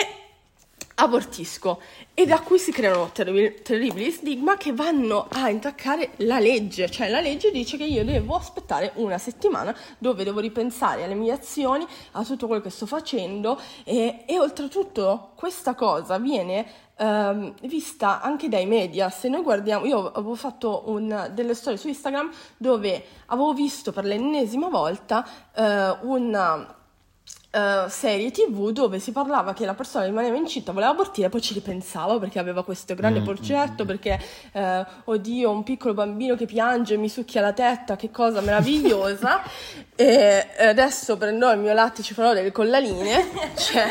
abortisco, e da cui si creano terribili, terribili stigma che vanno a intaccare la legge. Cioè la legge dice che io devo aspettare una settimana dove devo ripensare alle mie azioni, a tutto quello che sto facendo e, e oltretutto questa cosa viene um, vista anche dai media. Se noi guardiamo, io avevo fatto un, delle storie su Instagram dove avevo visto per l'ennesima volta uh, una Uh, serie tv dove si parlava che la persona rimaneva incinta, voleva abortire, poi ci ripensava perché aveva questo grande mm, progetto, mm, perché uh, oddio, un piccolo bambino che piange mi succhia la tetta, che cosa meravigliosa. E adesso prenderò il mio latte e ci farò delle collaline, cioè,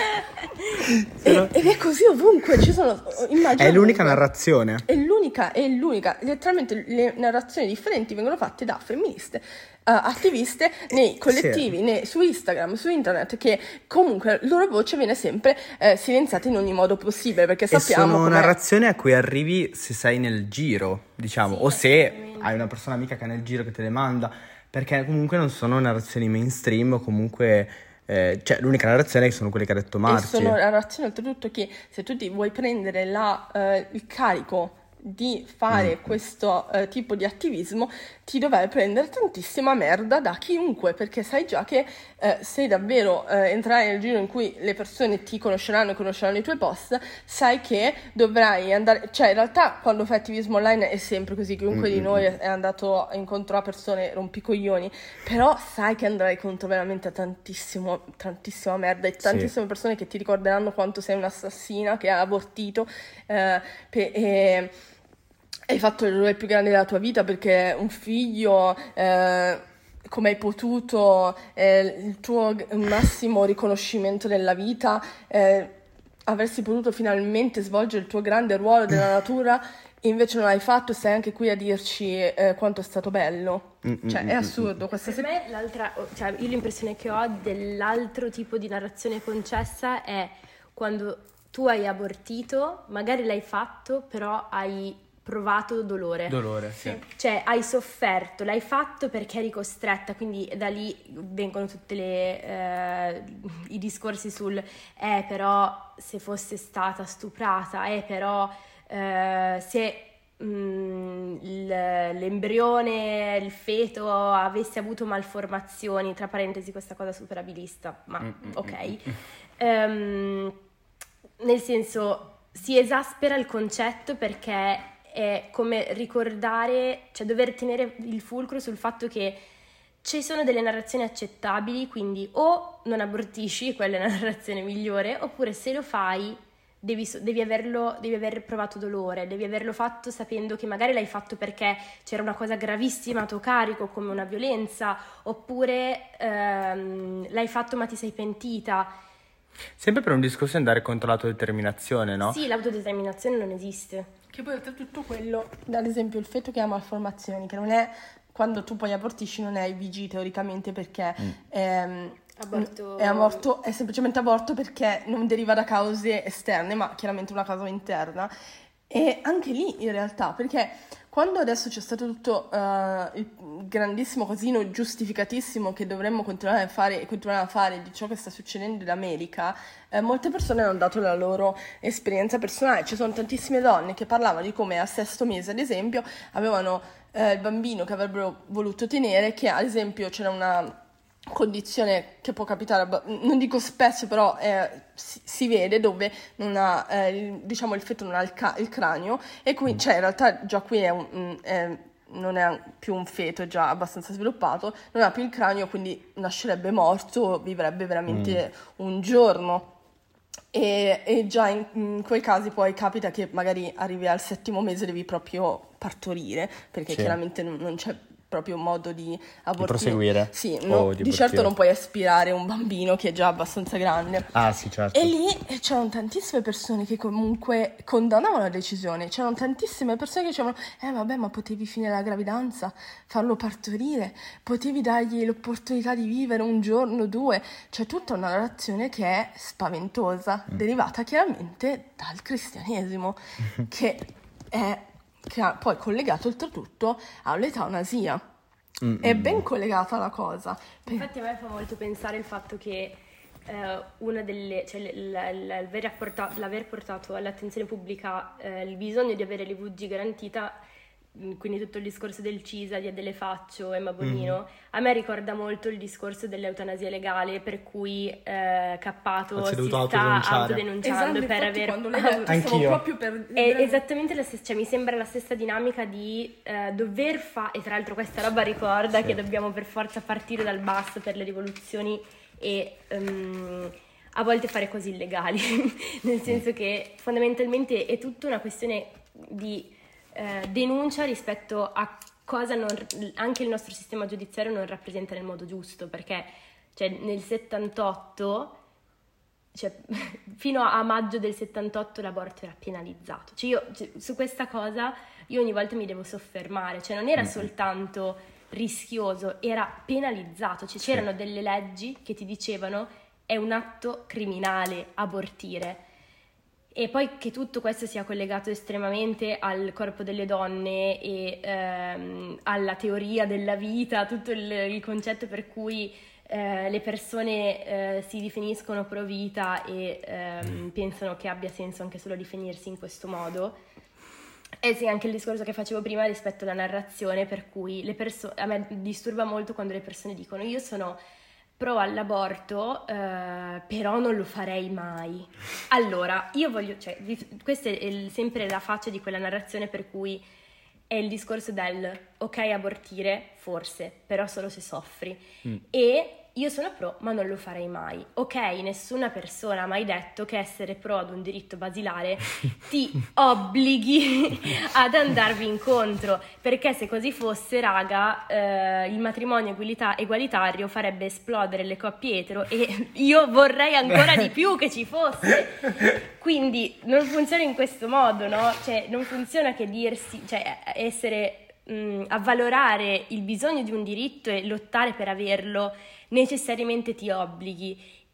e, ed è così ovunque, ci sono immagini, è l'unica narrazione, è l'unica, è l'unica letteralmente le narrazioni differenti vengono fatte da femministe, Uh, attiviste nei collettivi, sì. nei, su Instagram, su internet, che comunque la loro voce viene sempre eh, silenziata in ogni modo possibile, perché sappiamo e sono com'è. Narrazioni a cui arrivi se sei nel giro, diciamo, sì, o se hai una persona amica che è nel giro che te le manda, perché comunque non sono narrazioni mainstream o comunque eh, cioè l'unica narrazione sono quelle che ha detto Marci. E sono narrazioni oltretutto che se tu ti vuoi prendere la, uh, il carico di fare mm. questo uh, tipo di attivismo, ti dovrai prendere tantissima merda da chiunque, perché sai già che uh, se davvero uh, entrai nel giro in cui le persone ti conosceranno e conosceranno i tuoi post, sai che dovrai andare, cioè in realtà quando fai attivismo online è sempre così, chiunque mm. di noi è andato incontro a persone rompicoglioni, però sai che andrai contro veramente tantissimo, tantissima merda e tantissime sì. persone che ti ricorderanno quanto sei un'assassina che ha abortito uh, pe- e hai fatto l'errore più grande della tua vita, perché un figlio, eh, come hai potuto, eh, il tuo massimo riconoscimento nella vita, eh, avresti potuto finalmente svolgere il tuo grande ruolo della natura, e invece non l'hai fatto, e sei anche qui a dirci eh, quanto è stato bello. Mm-mm, cioè è assurdo. Questa per se- me l'altra, cioè io l'impressione che ho dell'altro tipo di narrazione concessa è quando tu hai abortito, magari l'hai fatto, però hai provato dolore. Dolore, sì. Cioè hai sofferto, l'hai fatto perché eri costretta, quindi da lì vengono tutti eh, i discorsi sul eh però se fosse stata stuprata, eh però eh, se mh, il, l'embrione, il feto avesse avuto malformazioni, tra parentesi questa cosa superabilista, ma mm-hmm. ok. Um, nel senso si esaspera il concetto perché è come ricordare, cioè dover tenere il fulcro sul fatto che ci sono delle narrazioni accettabili, quindi o non abortisci, quella è la narrazione migliore, oppure se lo fai devi, devi averlo, devi aver provato dolore, devi averlo fatto sapendo che magari l'hai fatto perché c'era una cosa gravissima a tuo carico come una violenza, oppure ehm, l'hai fatto ma ti sei pentita. Sempre per un discorso di andare contro l'autodeterminazione, no? Sì, l'autodeterminazione non esiste. Che poi oltre a tutto quello, ad esempio il feto che ha malformazioni, che non è, quando tu poi abortisci non è I V G teoricamente perché mm. è, aborto... è aborto, è semplicemente aborto perché non deriva da cause esterne, ma chiaramente una causa interna. E anche lì in realtà, perché quando adesso c'è stato tutto uh, il grandissimo casino giustificatissimo che dovremmo continuare a fare e continuare a fare di ciò che sta succedendo in America, eh, molte persone hanno dato la loro esperienza personale. Ci sono tantissime donne che parlavano di come al sesto mese, ad esempio, avevano eh, il bambino che avrebbero voluto tenere, che ad esempio c'era una condizione che può capitare, non dico spesso, però eh, si, si vede dove non ha, eh, diciamo il feto non ha il, ca- il cranio, e quindi cioè in realtà già qui è un, è, non è più un feto, è già abbastanza sviluppato, non ha più il cranio, quindi nascerebbe morto, vivrebbe veramente mm. un giorno. E, e già in, in quei casi poi capita che magari arrivi al settimo mese, devi proprio partorire, perché sì. chiaramente non, non c'è proprio un modo di abortire. Di proseguire. Sì, no, di, di certo non puoi aspirare un bambino che è già abbastanza grande. Ah sì, certo. E lì c'erano tantissime persone che comunque condannavano la decisione. C'erano tantissime persone che dicevano eh vabbè, ma potevi finire la gravidanza, farlo partorire, potevi dargli l'opportunità di vivere un giorno, due. C'è tutta una narrazione che è spaventosa, mm. derivata chiaramente dal cristianesimo, che è che ha poi collegato oltretutto all'eutanasia. Mm-hmm. È ben collegata la cosa. Infatti a me fa molto pensare il fatto che eh, una delle, cioè l- l- l'aver, portato, l'aver portato all'attenzione pubblica eh, il bisogno di avere l'I V G garantita, quindi tutto il discorso del CISA, di Adele Faccio, Emma Bonino, mm. a me ricorda molto il discorso dell'eutanasia legale, per cui eh, Cappato si sta autodenunciando esatto, per aver quando lei detto, stavo proprio per è esattamente la stessa, cioè mi sembra la stessa dinamica di eh, dover fare, e tra l'altro questa roba ricorda sì. che dobbiamo per forza partire dal basso per le rivoluzioni e um, a volte fare cose illegali, nel senso che fondamentalmente è tutta una questione di Eh, denuncia rispetto a cosa non, anche il nostro sistema giudiziario non rappresenta nel modo giusto, perché cioè, nel settantotto, cioè, fino a maggio del settantotto l'aborto era penalizzato, cioè io cioè, su questa cosa io ogni volta mi devo soffermare, cioè non era soltanto rischioso, era penalizzato, cioè sì. c'erano delle leggi che ti dicevano è un atto criminale abortire. E poi che tutto questo sia collegato estremamente al corpo delle donne e ehm, alla teoria della vita, tutto il, il concetto per cui eh, le persone eh, si definiscono pro vita e ehm, pensano che abbia senso anche solo definirsi in questo modo. E sì, anche il discorso che facevo prima rispetto alla narrazione, per cui le persone, a me disturba molto quando le persone dicono io sono pro all'aborto, eh, però non lo farei mai. Allora, io voglio, cioè, questa è il, sempre la faccia di quella narrazione per cui è il discorso del ok abortire, forse, però solo se soffri. Mm. E io sono pro, ma non lo farei mai. Ok, nessuna persona ha mai detto che essere pro ad un diritto basilare ti obblighi ad andarvi incontro, perché se così fosse, raga, eh, il matrimonio egualita- egualitario farebbe esplodere le coppie etero e io vorrei ancora di più che ci fosse. Quindi non funziona in questo modo, no? Cioè non funziona che dirsi, cioè essere mh, avvalorare il bisogno di un diritto e lottare per averlo necessariamente ti obblighi,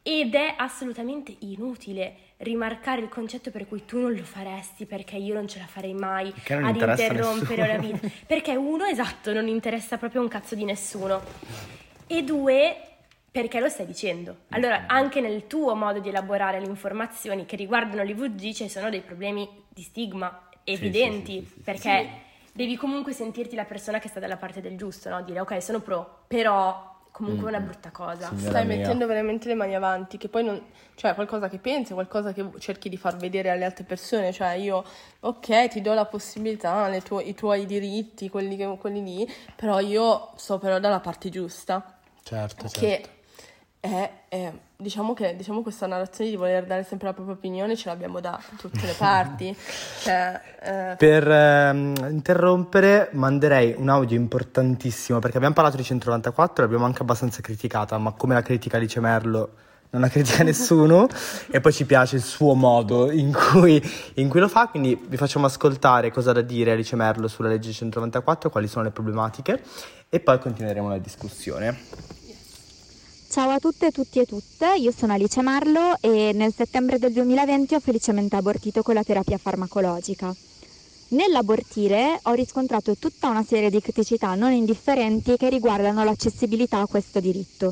ed è assolutamente inutile rimarcare il concetto per cui tu non lo faresti perché io non ce la farei mai ad interrompere la vita, perché uno, esatto, non interessa proprio un cazzo di nessuno, e due, perché lo stai dicendo. Allora, anche nel tuo modo di elaborare le informazioni che riguardano l'I V G ci sono dei problemi di stigma evidenti, sì, sì, sì, sì, perché sì. devi comunque sentirti la persona che sta dalla parte del giusto, no? Dire ok, sono pro, però comunque è una brutta cosa. Signora Stai mia. mettendo veramente le mani avanti, che poi non, cioè qualcosa che pensi, qualcosa che cerchi di far vedere alle altre persone, cioè io ok, ti do la possibilità, le tuo, i tuoi diritti, quelli, che, quelli lì, però io sto però dalla parte giusta. Certo, che certo. È, è diciamo che diciamo questa narrazione di voler dare sempre la propria opinione ce l'abbiamo da tutte le parti. Cioè, eh... Per ehm, interrompere manderei un audio importantissimo, perché abbiamo parlato di centonovantaquattro, l'abbiamo anche abbastanza criticata, ma come la critica Alice Merlo non la critica nessuno e poi ci piace il suo modo in cui, in cui lo fa, quindi vi facciamo ascoltare cosa ha da dire Alice Merlo sulla legge centonovantaquattro, quali sono le problematiche, e poi continueremo la discussione. Ciao a tutte, tutti e tutte, io sono Alice Merlo e nel settembre del duemilaventi ho felicemente abortito con la terapia farmacologica. Nell'abortire ho riscontrato tutta una serie di criticità non indifferenti che riguardano l'accessibilità a questo diritto.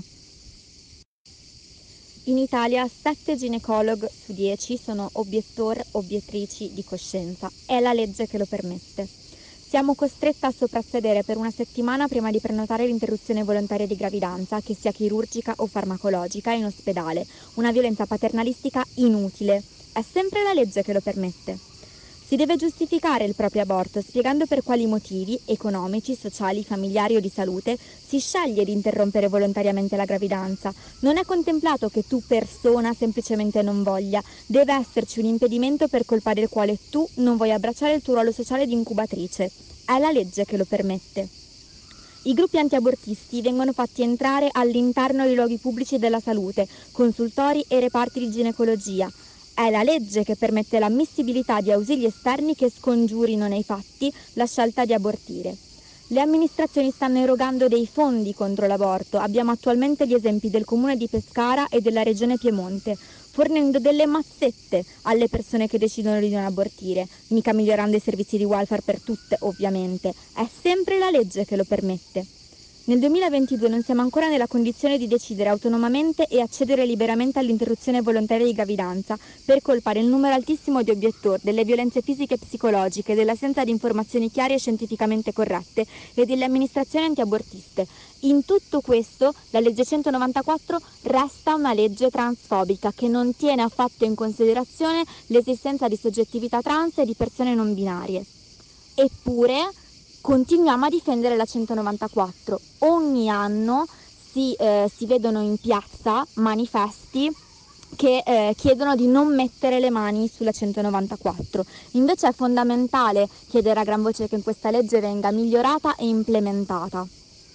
In Italia sette ginecolog su dieci sono obiettor obiettrici di coscienza, è la legge che lo permette. Siamo costrette a soprassedere per una settimana prima di prenotare l'interruzione volontaria di gravidanza, che sia chirurgica o farmacologica, in ospedale. Una violenza paternalistica inutile. È sempre la legge che lo permette. Si deve giustificare il proprio aborto spiegando per quali motivi, economici, sociali, familiari o di salute, si sceglie di interrompere volontariamente la gravidanza. Non è contemplato che tu persona semplicemente non voglia. Deve esserci un impedimento per colpa del quale tu non vuoi abbracciare il tuo ruolo sociale di incubatrice. È la legge che lo permette. I gruppi antiabortisti vengono fatti entrare all'interno dei luoghi pubblici della salute, consultori e reparti di ginecologia. È la legge che permette l'ammissibilità di ausili esterni che scongiurino nei fatti la scelta di abortire. Le amministrazioni stanno erogando dei fondi contro l'aborto. Abbiamo attualmente gli esempi del comune di Pescara e della regione Piemonte, fornendo delle mazzette alle persone che decidono di non abortire, mica migliorando i servizi di welfare per tutte, ovviamente. È sempre la legge che lo permette. Nel duemilaventidue non siamo ancora nella condizione di decidere autonomamente e accedere liberamente all'interruzione volontaria di gravidanza per colpa del numero altissimo di obiettori, delle violenze fisiche e psicologiche, dell'assenza di informazioni chiare e scientificamente corrette e delle amministrazioni antiabortiste. In tutto questo, la legge centonovantaquattro resta una legge transfobica che non tiene affatto in considerazione l'esistenza di soggettività trans e di persone non binarie. Eppure continuiamo a difendere la centonovantaquattro. Ogni anno si, eh, si vedono in piazza manifesti che eh, chiedono di non mettere le mani sulla centonovantaquattro. Invece è fondamentale chiedere a gran voce che questa legge venga migliorata e implementata.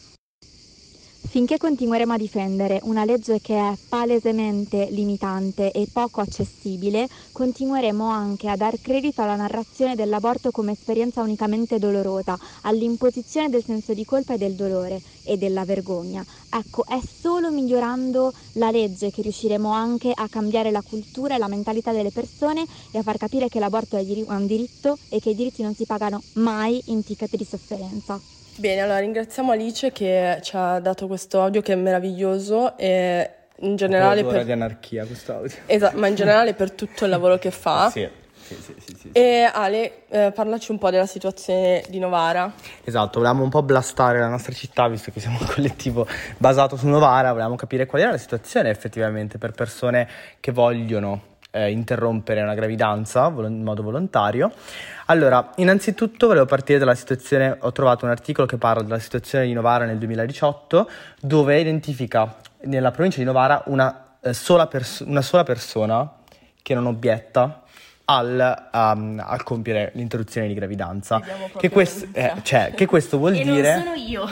Finché continueremo a difendere una legge che è palesemente limitante e poco accessibile, continueremo anche a dar credito alla narrazione dell'aborto come esperienza unicamente dolorosa, all'imposizione del senso di colpa e del dolore e della vergogna. Ecco, è solo migliorando la legge che riusciremo anche a cambiare la cultura e la mentalità delle persone e a far capire che l'aborto è un diritto e che i diritti non si pagano mai in ticket di sofferenza. Bene, allora ringraziamo Alice che ci ha dato questo audio che è meraviglioso e in generale per... per di anarchia questo audio. Esatto, ma in generale per tutto il lavoro che fa. Sì, sì, sì, sì, sì. E Ale, eh, parlaci un po' della situazione di Novara. Esatto, volevamo un po' blastare la nostra città, visto che siamo un collettivo basato su Novara, volevamo capire qual era la situazione effettivamente per persone che vogliono Eh, interrompere una gravidanza vol- in modo volontario. Allora, innanzitutto volevo partire dalla situazione, ho trovato un articolo che parla della situazione di Novara nel duemiladiciotto, dove identifica nella provincia di Novara una, eh, sola, pers- una sola persona che non obietta al, um, al compiere l'interruzione di gravidanza. Che, quest- eh, cioè, che questo vuol e dire... non sono io!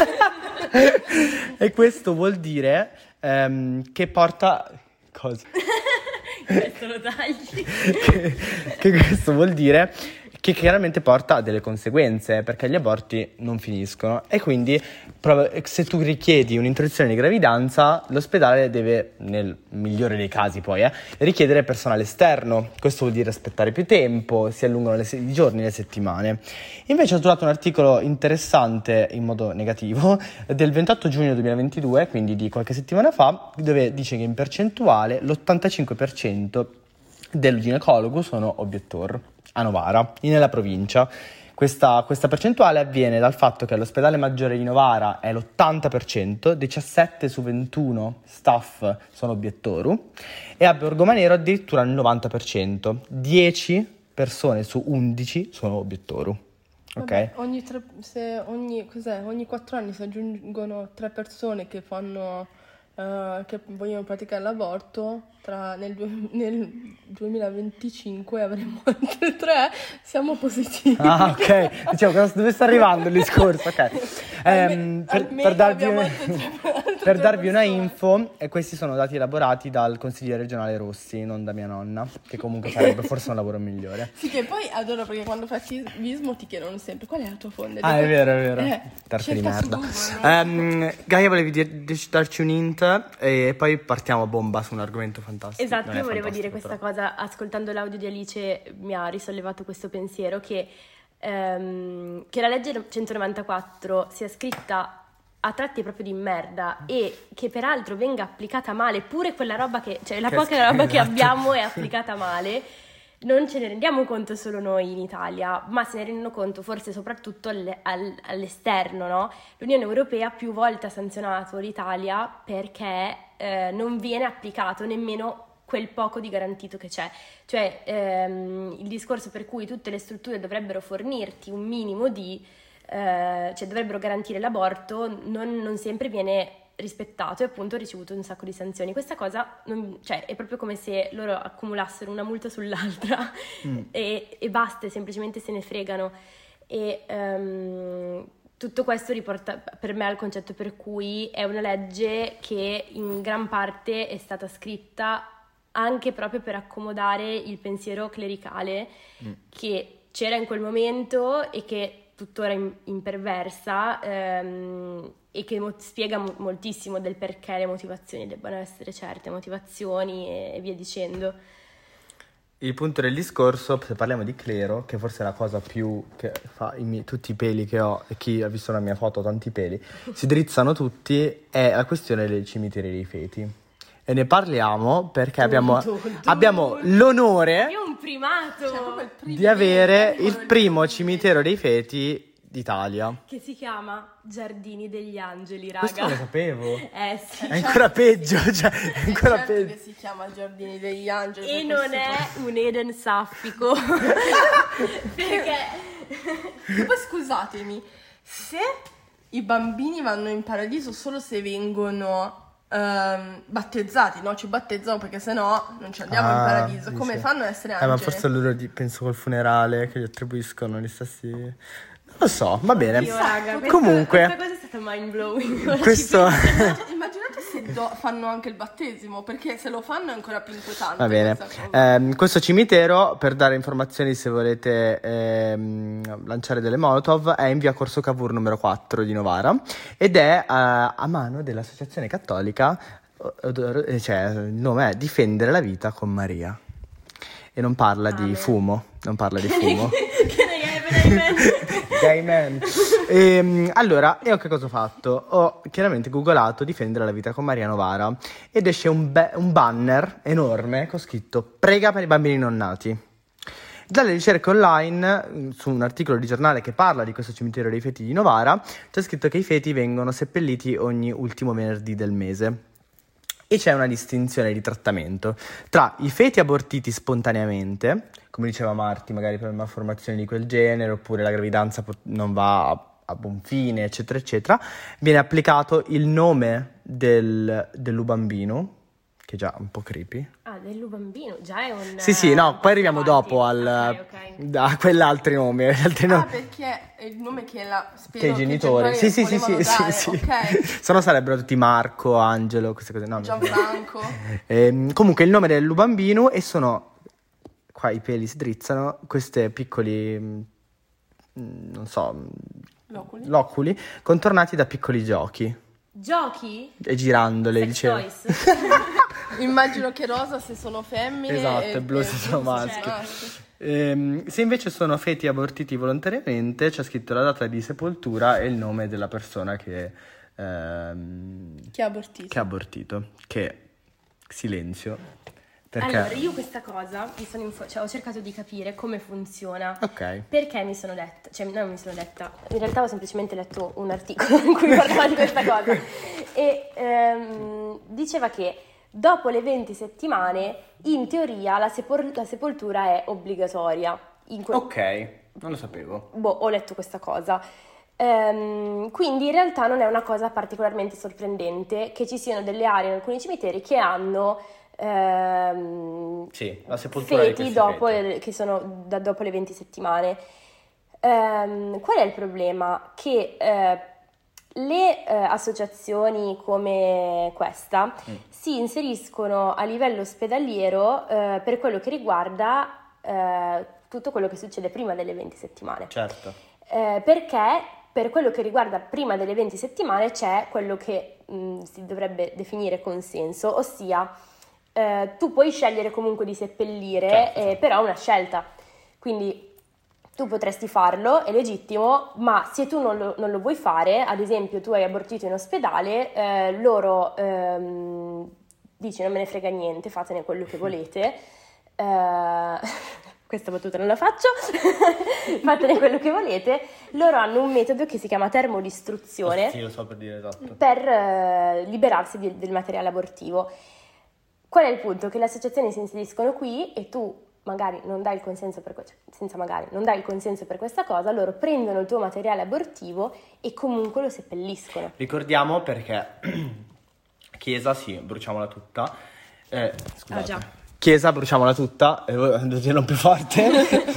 E questo vuol dire um, che porta... Cosa? Questo lo tagli. che, che questo vuol dire che chiaramente porta a delle conseguenze, perché gli aborti non finiscono e quindi se tu richiedi un'interruzione di gravidanza, l'ospedale deve, nel migliore dei casi poi, eh, richiedere personale esterno. Questo vuol dire aspettare più tempo, si allungano le se- i giorni, le settimane. Invece ho trovato un articolo interessante in modo negativo del ventotto giugno duemilaventidue, quindi di qualche settimana fa, dove dice che in percentuale l'ottantacinque per cento del ginecologo sono obiettor a Novara, nella provincia. Questa, questa percentuale avviene dal fatto che all'ospedale maggiore di Novara è l'ottanta per cento, diciassette su ventuno staff sono obiettoru, e a Borgomanero addirittura il novanta per cento, dieci persone su undici sono obiettoru. Vabbè, Ok? ogni, tre, se ogni, cos'è, ogni quattro anni si aggiungono tre persone che fanno eh, che vogliono praticare l'aborto, tra nel, due- nel duemilaventicinque avremo altre tre, siamo positivi. Ah, ok. Diciamo, cosa- dove sta arrivando il discorso? Ok. Ehm, per, Almeno per darvi, abbiamo un- altre tre- altre per tre darvi una persone. info, e questi sono dati elaborati dal consigliere regionale Rossi, non da mia nonna, che comunque sarebbe forse un lavoro migliore. Sì, che poi adoro perché quando fai attivismo ti chiedono sempre qual è la tua fonte. Ah, è vero, è vero. Eh, Tarte di cerca su merda. Google, no? Ehm, Gaia, volevi dir- dir- darci un hint e poi partiamo a bomba su un argomento fantastico. Esatto, Non è io volevo dire fantastico, questa però. cosa, ascoltando l'audio di Alice mi ha risollevato questo pensiero che, ehm, che la legge centonovantaquattro sia scritta a tratti proprio di merda e che peraltro venga applicata male, pure quella roba che, cioè la Che poca schifo, roba che esatto. abbiamo è applicata male. Non ce ne rendiamo conto solo noi in Italia, ma se ne rendono conto forse soprattutto alle- al- all'esterno, no? L'Unione Europea più volte ha sanzionato l'Italia perché eh, non viene applicato nemmeno quel poco di garantito che c'è. Cioè ehm, il discorso per cui tutte le strutture dovrebbero fornirti un minimo di, eh, cioè dovrebbero garantire l'aborto, non, non sempre viene rispettato e appunto ho ricevuto un sacco di sanzioni. Questa cosa non- cioè, è proprio come se loro accumulassero una multa sull'altra Mm. e, e basta, semplicemente se ne fregano. E ehm, tutto questo riporta per me al concetto per cui è una legge che in gran parte è stata scritta anche proprio per accomodare il pensiero clericale Mm. che c'era in quel momento e che tuttora im- imperversa ehm, e che mo- spiega mo- moltissimo del perché le motivazioni debbano essere certe motivazioni e, e via dicendo. Il punto del discorso, se parliamo di clero, che forse è la cosa più che fa i miei- tutti i peli che ho, e chi ha visto la mia foto, tanti peli, si drizzano tutti, è la questione dei cimiteri dei feti. E ne parliamo perché abbiamo, Dun, dun, dun. abbiamo l'onore Io un primato Cioè, proprio il privilegio di avere di il quello primo del cimitero dei feti d'Italia. che si chiama Giardini degli Angeli, Questo non lo raga. sapevo. Eh sì. È ancora peggio, cioè, è ancora certo peggio. che si chiama Giardini degli Angeli. E per non questo- è un Eden saffico. Perché Poi scusatemi, se i bambini vanno in paradiso solo se vengono ehm, battezzati, no? Ci battezzano perché sennò non ci andiamo in Ah, paradiso. Come dici. fanno ad essere Eh, angeli? ma forse loro di- penso col funerale che gli attribuiscono gli stessi. Non lo so, va bene. Io, raga, questa, Comunque, questa cosa è stata mind blowing. questo. Immag- Immaginate se do- fanno anche il battesimo, perché se lo fanno è ancora più inquietante. Va bene. questa cosa. Ehm, questo cimitero, per dare informazioni se volete ehm, lanciare delle Molotov, è in via Corso Cavour numero quattro di Novara ed è eh, a mano dell'Associazione Cattolica, eh, cioè il nome è Difendere la vita con Maria. E non parla di Amen. fumo, non parla di fumo. Che ne hai, veramente? Gay man. Ehm, allora, io che cosa ho fatto? Ho chiaramente googolato Difendere la vita con Maria Novara ed esce un, be- un banner enorme con scritto Prega per i bambini non nati. Dalle ricerche online, mh, su un articolo di giornale che parla di questo cimitero dei feti di Novara, c'è scritto che i feti vengono seppelliti ogni ultimo venerdì del mese. E c'è una distinzione di trattamento tra i feti abortiti spontaneamente, come diceva Marti, magari per malformazioni di quel genere, oppure la gravidanza pot- non va a, a buon fine, eccetera, eccetera. Viene applicato il nome del, dell'ubambino, che è già un po' creepy. Ah, dello bambino, già è un... Sì, sì, no, poi arriviamo avanti. dopo al, Ok, ok. a quell'altri nomi. Gli altri Ah, nomi. perché è il nome che la spero Che i genitori. Sì, sì, sì, sì, volevano sì, dare, sì. ok? Se no sarebbero tutti Marco, Angelo, queste cose. No, no. Gianfranco. Ehm, comunque il nome dell'ubambino e sono qua i peli si drizzano, questi piccoli, mh, non so, Loculi. loculi, contornati da piccoli giochi. Giochi? E girandole, Sex dicevo. toys? Immagino che rosa se sono femmine Esatto, e, e blu se sono maschi. Ehm, se invece sono feti abortiti volontariamente, c'è scritto la data di sepoltura e il nome della persona che, ehm, Chi ha abortito? che ha abortito. Che silenzio. Perché? Allora, io questa cosa mi sono info- cioè, ho cercato di capire come funziona. Ok. Perché mi sono letta, cioè non mi sono letta, in realtà ho semplicemente letto un articolo in cui parlava di questa cosa e ehm, diceva che dopo le venti settimane in teoria la, sepol- la sepoltura è obbligatoria. In que- Ok, non lo sapevo. Boh, ho letto questa cosa. Ehm, quindi in realtà non è una cosa particolarmente sorprendente che ci siano delle aree in alcuni cimiteri che hanno ehm, Sì, la sepoltura di feti questi dopo feti. le- che sono da dopo le venti settimane. Ehm, qual è il problema? Che eh, le eh, associazioni come questa Mm. si inseriscono a livello ospedaliero eh, per quello che riguarda eh, tutto quello che succede prima delle venti settimane. Certo. Eh, perché per quello che riguarda prima delle venti settimane c'è quello che mh, si dovrebbe definire consenso, ossia eh, tu puoi scegliere comunque di seppellire, Certo, eh, certo. però è una scelta, quindi tu potresti farlo, è legittimo, ma se tu non lo, non lo vuoi fare, ad esempio tu hai abortito in ospedale, eh, loro ehm, dici non me ne frega niente, fatene quello che volete, eh, questa battuta non la faccio, fatene quello che volete, loro hanno un metodo che si chiama termodistruzione Sì, lo so per dire, esatto. per eh, liberarsi di- del materiale abortivo. Qual è il punto? Che le associazioni si inseriscono qui e tu magari non dai il consenso per que- cioè, senza magari non dai il consenso per questa cosa, loro prendono il tuo materiale abortivo e comunque lo seppelliscono. Ricordiamo perché Chiesa, sì, bruciamola tutta. Eh, scusate. Ah, già. Chiesa, bruciamola tutta, eh, devo dirlo più forte.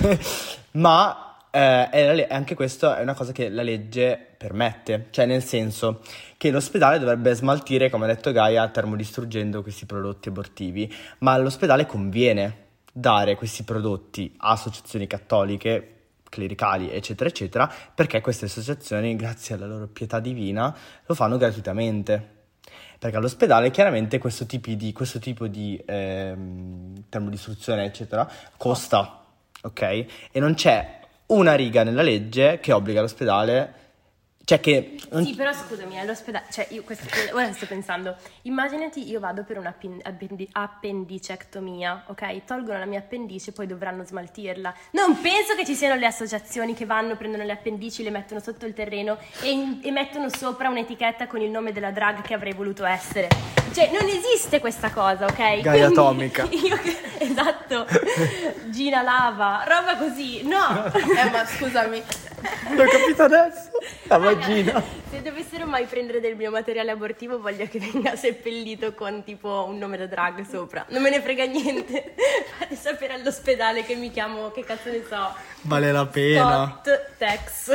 Ma eh, è la le- anche questo è una cosa che la legge permette, cioè nel senso che l'ospedale dovrebbe smaltire, come ha detto Gaia, termodistruggendo questi prodotti abortivi, ma all'ospedale conviene dare questi prodotti a associazioni cattoliche, clericali, eccetera, eccetera, perché queste associazioni, grazie alla loro pietà divina, lo fanno gratuitamente. Perché all'ospedale chiaramente questo tipo di, questo tipo di ehm, termodistruzione, eccetera, costa, ok? E non c'è una riga nella legge che obbliga l'ospedale, cioè che... non- Sì, però scusami, all'ospedale, cioè io questo, ora sto pensando, immaginati io vado per una appendicectomia, ok? Tolgono la mia appendice, poi dovranno smaltirla. Non penso che ci siano le associazioni che vanno, prendono le appendici, le mettono sotto il terreno e, in- e mettono sopra un'etichetta con il nome della drag che avrei voluto essere. Cioè, non esiste questa cosa, ok? Gaia atomica. Io, esatto, Gina Lava, roba così, no! Eh, ma scusami, L'ho capito adesso, la vagina. Se dovessero mai prendere del mio materiale abortivo voglio che venga seppellito con tipo un nome da drag sopra. Non me ne frega niente. Fate sapere all'ospedale che mi chiamo, che cazzo ne so, Vale la pena. Scott Tex.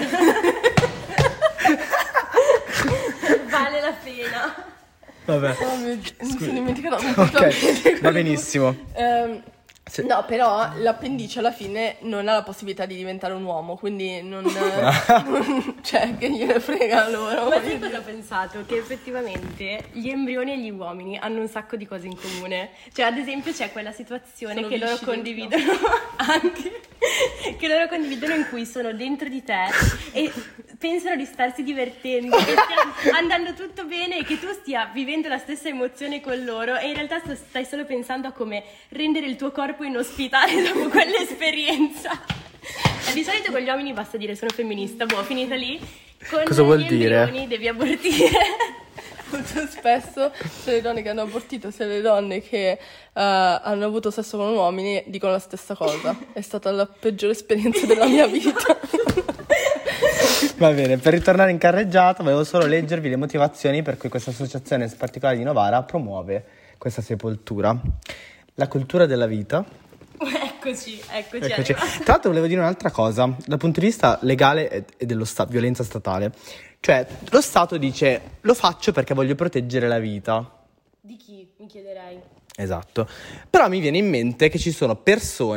Vale la pena. Vabbè. oh mio Dio, mi sono dimenticata Ok, completamente. va benissimo. Ehm, Se- No, però l'appendice alla fine non ha la possibilità di diventare un uomo, quindi non... non- cioè, che gliene frega a loro. Ma sai cosa ho pensato? Che effettivamente gli embrioni e gli uomini hanno un sacco di cose in comune. Cioè, ad esempio, c'è quella situazione Sono che loro viscidi, condividono anche che loro condividono in cui sono dentro di te e pensano di starsi divertendo, che stia andando tutto bene e che tu stia vivendo la stessa emozione con loro e in realtà sto- stai solo pensando a come rendere il tuo corpo inospitale dopo quell'esperienza. E di solito con gli uomini basta dire sono femminista, boh, finita lì. Con Cosa vuol gli dire? embrioni devi abortire. Molto spesso sia le donne che hanno abortito sia le donne che eh, hanno avuto sesso con uomini dicono la stessa cosa. È stata la peggiore esperienza della mia vita. Va bene, per ritornare in carreggiata volevo solo leggervi le motivazioni per cui questa associazione particolare di Novara promuove questa sepoltura. La cultura della vita. Eccoci, eccoci. Eccoci. arriva. Tra l'altro volevo dire un'altra cosa, dal punto di vista legale e- e dello sta- violenza statale. Cioè, lo Stato dice, lo faccio perché voglio proteggere la vita. Di chi? Mi chiederei. Esatto. Però mi viene in mente che ci sono persone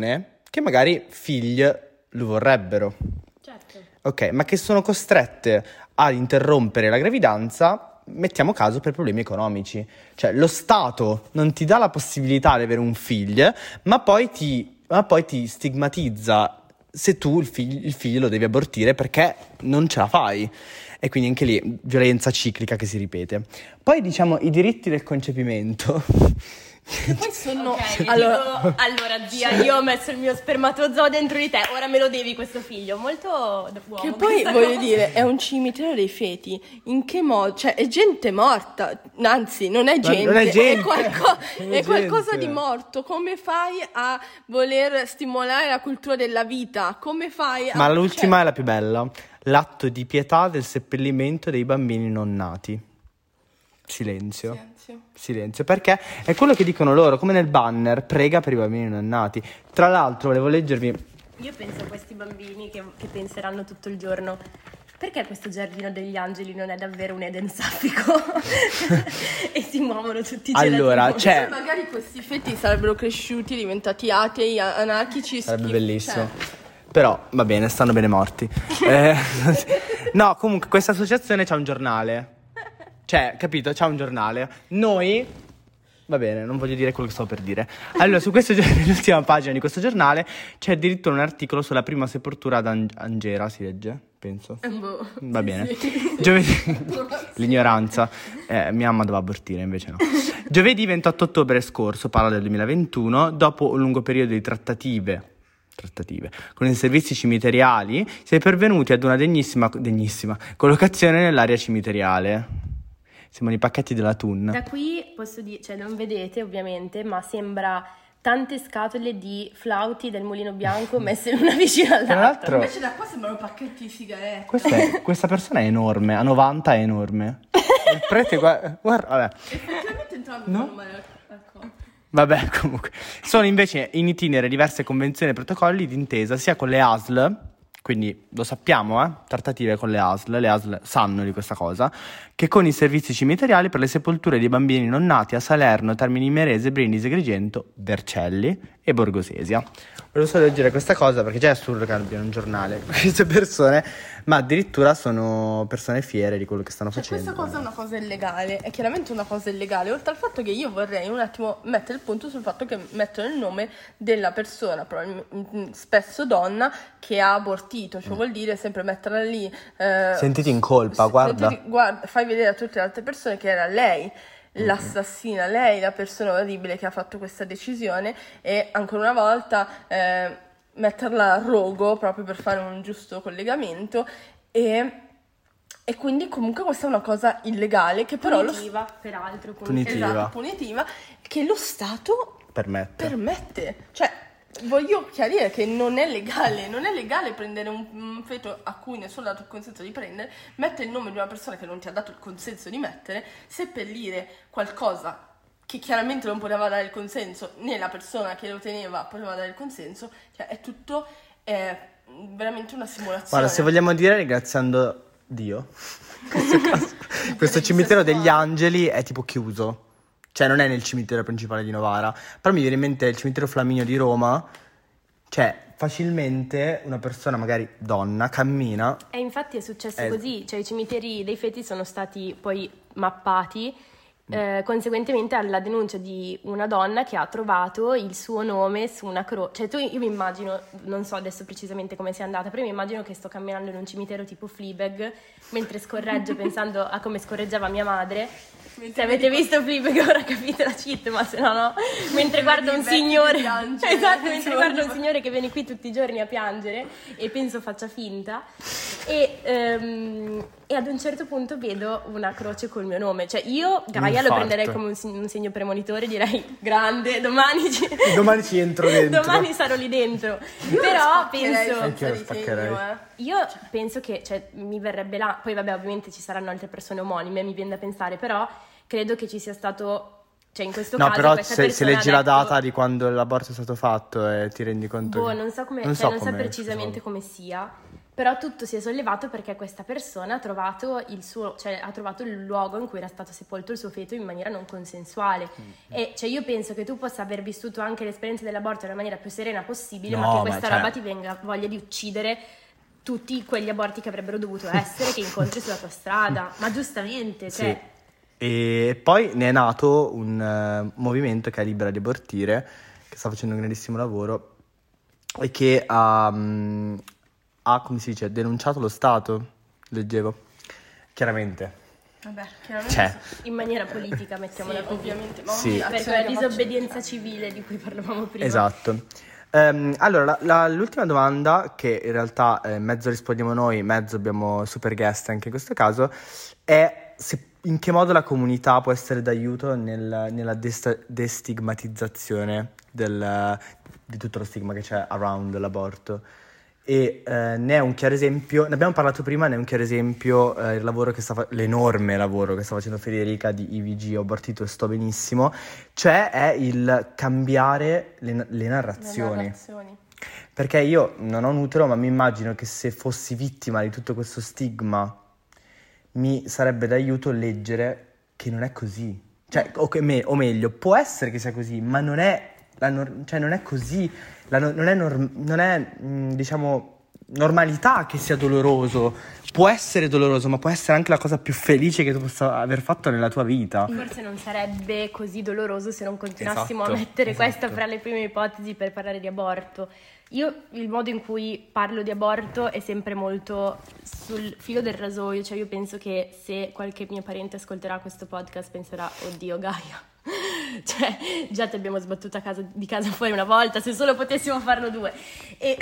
che magari figli lo vorrebbero. Certo. Ok, ma che sono costrette ad interrompere la gravidanza, mettiamo caso, per problemi economici. Cioè, lo Stato non ti dà la possibilità di avere un figlio, ma poi ti, ma poi ti stigmatizza se tu il figlio, il figlio lo devi abortire perché non ce la fai. E quindi anche lì violenza ciclica che si ripete. Poi diciamo i diritti del concepimento. E poi sono... Ok, allora, dico, allora zia, io ho messo il mio spermatozoo dentro di te, ora me lo devi questo figlio, molto uomo. che poi questa voglio cosa. dire, è un cimitero dei feti. In che modo? Cioè, è gente morta. Anzi, non è Ma gente, non è gente. qualco- Non è è qualcosa gente. di morto. Come fai a voler stimolare la cultura della vita? Come fai a... Ma l'ultima cioè, è la più bella. L'atto di pietà del seppellimento dei bambini non nati. Silenzio. silenzio. Silenzio, perché è quello che dicono loro, come nel banner, prega per i bambini non nati. Tra l'altro, volevo leggervi... Io penso a questi bambini che, che penseranno tutto il giorno: perché questo giardino degli angeli non è davvero un Eden saffico? E si muovono tutti i Allora, gelatini. c'è... Poi magari questi feti sarebbero cresciuti, diventati atei, a- anarchici. Sarebbe schif- bellissimo. cioè, Però, va bene, stanno bene morti. Eh, no, comunque, questa associazione c'ha un giornale. Cioè, capito? C'ha un giornale. Noi... Va bene, non voglio dire quello che stavo per dire. Allora, su questo giornale, nell'ultima pagina di questo giornale, c'è addirittura un articolo sulla prima sepoltura ad Ang- Angera, si legge? Penso. boh. Va bene. Sì. Giovedì... L'ignoranza. Eh, mia mamma doveva abortire, invece no. Giovedì ventotto ottobre scorso, parla del duemilaventuno, dopo un lungo periodo di trattative... trattative con i servizi cimiteriali, si è pervenuti ad una degnissima, degnissima collocazione nell'area cimiteriale. Siamo nei pacchetti della T U N. Da qui posso dire, cioè non vedete ovviamente, ma sembra tante scatole di flauti del Mulino Bianco messe l'una vicino all'altra. Tra l'altro, Invece da qua sembrano pacchetti di sigarette. questa, è- questa persona è enorme, a novanta è enorme. Il prete, guarda, guarda vabbè. Effettivamente entrambi No? fanno male al al corpo. Vabbè, comunque. Sono invece in itinere diverse convenzioni e protocolli d'intesa sia con le A S L, quindi lo sappiamo, eh, trattative con le A S L, le A S L sanno di questa cosa, che con i servizi cimiteriali per le sepolture di bambini non nati a Salerno, Termini Imerese, Brindisi, Agrigento, Vercelli e Borgosesia. Volevo solo leggere questa cosa perché già è assurdo che abbiano un giornale queste persone, ma addirittura sono persone fiere di quello che stanno Cioè, facendo. questa cosa è una cosa illegale, è chiaramente una cosa illegale, oltre al fatto che io vorrei un attimo mettere il punto sul fatto che mettono il nome della persona, probabilmente spesso donna, che ha abortito, cioè vuol dire sempre metterla lì. eh, Sentiti in colpa, s- guarda. sentiti- guarda, fai vedere a tutte le altre persone che era lei l'assassina, lei la persona orribile che ha fatto questa decisione, e ancora una volta eh, metterla a rogo proprio per fare un giusto collegamento. E, e quindi comunque questa è una cosa illegale che però lo, Punitiva, peraltro. Punitiva. esatto, punitiva, che lo Stato Permette. permette. Cioè, voglio chiarire che non è legale, non è legale prendere un, un feto a cui nessuno ha dato il consenso di prendere, mettere il nome di una persona che non ti ha dato il consenso di mettere, seppellire qualcosa che chiaramente non poteva dare il consenso, né la persona che lo teneva poteva dare il consenso, cioè è tutto è veramente una simulazione. Guarda, se vogliamo dire ringraziando Dio, questo, caso, questo cimitero degli angeli è tipo chiuso. Cioè non è nel cimitero principale di Novara, però mi viene in mente il cimitero Flaminio di Roma. Cioè facilmente una persona magari donna cammina. E infatti è successo Eh. così, cioè i cimiteri dei feti sono stati poi mappati eh, conseguentemente alla denuncia di una donna che ha trovato il suo nome su una croce. Cioè tu, io mi immagino, non so adesso precisamente come sia andata, però mi immagino che sto camminando in un cimitero tipo Fleabag mentre scorreggio pensando a come scorreggiava mia madre. Se avete visto Fleabag ora capite la cheat, ma se no no. Mentre guardo un Vecchi signore, che piange. esatto, mentre Sì, guardo un ma- signore che viene qui tutti i giorni a piangere e penso faccia finta, e, ehm, e ad un certo punto vedo una croce col mio nome. Cioè io Gaia lo infarto. prenderei come un, sig- un segno premonitore, direi grande, domani ci, Domani ci entro dentro. domani sarò lì dentro. Io Però lo spaccherei penso senza Anch'io lo disegno, spaccherei. eh. io penso che, cioè, mi verrebbe là, poi vabbè ovviamente ci saranno altre persone omonime, mi viene da pensare, però credo che ci sia stato, cioè in questo No, caso però questa se, se persona leggi ha la detto- data di quando l'aborto è stato fatto e ti rendi conto Boh, che... non so come, Non cioè, so non so come- precisamente come sia, Però tutto si è sollevato perché questa persona ha trovato il suo, cioè ha trovato il luogo in cui era stato sepolto il suo feto in maniera non consensuale. Mm-hmm. E cioè io penso che tu possa aver vissuto anche l'esperienza dell'aborto nella maniera più serena possibile, no, ma che questa ma roba cioè... ti venga voglia di uccidere tutti quegli aborti che avrebbero dovuto essere, che incontri sulla tua strada. Ma giustamente, cioè... Sì. E poi ne è nato un uh, movimento che è Libera di Abortire, che sta facendo un grandissimo lavoro e che ha... Um, ha, come si dice, denunciato lo Stato, leggevo, chiaramente. Vabbè, chiaramente cioè. In maniera politica, mettiamola sì, così. Ovviamente, ma sì. Perché la disobbedienza civile di cui parlavamo prima. Esatto. Um, allora, la, la, l'ultima domanda, che in realtà eh, mezzo rispondiamo noi, mezzo abbiamo super guest anche in questo caso, è se, in che modo la comunità può essere d'aiuto nel, nella desta, destigmatizzazione del, di tutto lo stigma che c'è around l'aborto. E eh, ne è un chiaro esempio, ne abbiamo parlato prima, ne è un chiaro esempio eh, il lavoro che sta fa- l'enorme lavoro che sta facendo Federica di I V G, ho abortito e sto benissimo, cioè è il cambiare le, le narrazioni. Le narrazioni. Perché io non ho un utero, ma mi immagino che se fossi vittima di tutto questo stigma mi sarebbe d'aiuto leggere che non è così. Cioè, o, che me, o meglio, può essere che sia così, ma non è, la nor- cioè non è così. La no- non è, norm- non è mh, diciamo, normalità che sia doloroso. Può essere doloroso, ma può essere anche la cosa più felice che tu possa aver fatto nella tua vita. Forse non sarebbe così doloroso se non continuassimo esatto, a mettere esatto. questa fra le prime ipotesi per parlare di aborto. Io il modo in cui parlo di aborto è sempre molto sul filo del rasoio, cioè io penso che se qualche mio parente ascolterà questo podcast penserà, oddio Gaia, cioè già ti abbiamo sbattuto a casa, di casa fuori una volta, se solo potessimo farlo due. E...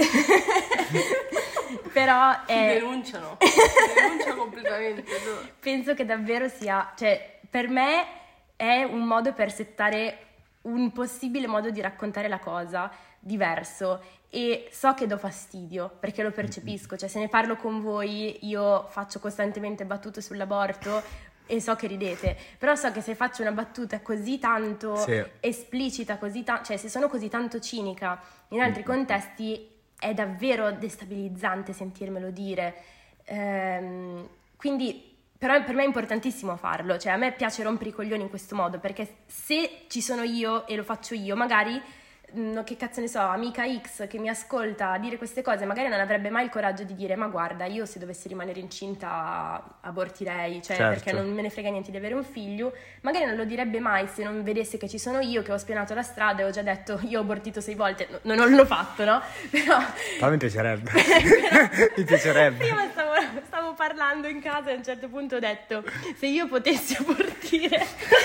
però è... Ti denunciano, ti denunciano completamente. Penso che davvero sia, cioè per me è un modo per settare un possibile modo di raccontare la cosa diverso, e so che do fastidio perché lo percepisco, cioè se ne parlo con voi io faccio costantemente battute sull'aborto e so che ridete, però so che se faccio una battuta così tanto sì. esplicita, così ta- cioè se sono così tanto cinica in altri mm-hmm. contesti è davvero destabilizzante sentirmelo dire, ehm, quindi però per me è importantissimo farlo, cioè a me piace rompere i coglioni in questo modo, perché se ci sono io e lo faccio io, magari no, che cazzo ne so, amica X che mi ascolta dire queste cose magari non avrebbe mai il coraggio di dire ma guarda, io se dovessi rimanere incinta abortirei, cioè certo. perché non me ne frega niente di avere un figlio, magari non lo direbbe mai se non vedesse che ci sono io che ho spianato la strada e ho già detto io ho abortito sei volte, no, non l'ho fatto, no? Però, però mi piacerebbe mi piacerebbe io stavo, stavo parlando in casa e a un certo punto ho detto se io potessi abortire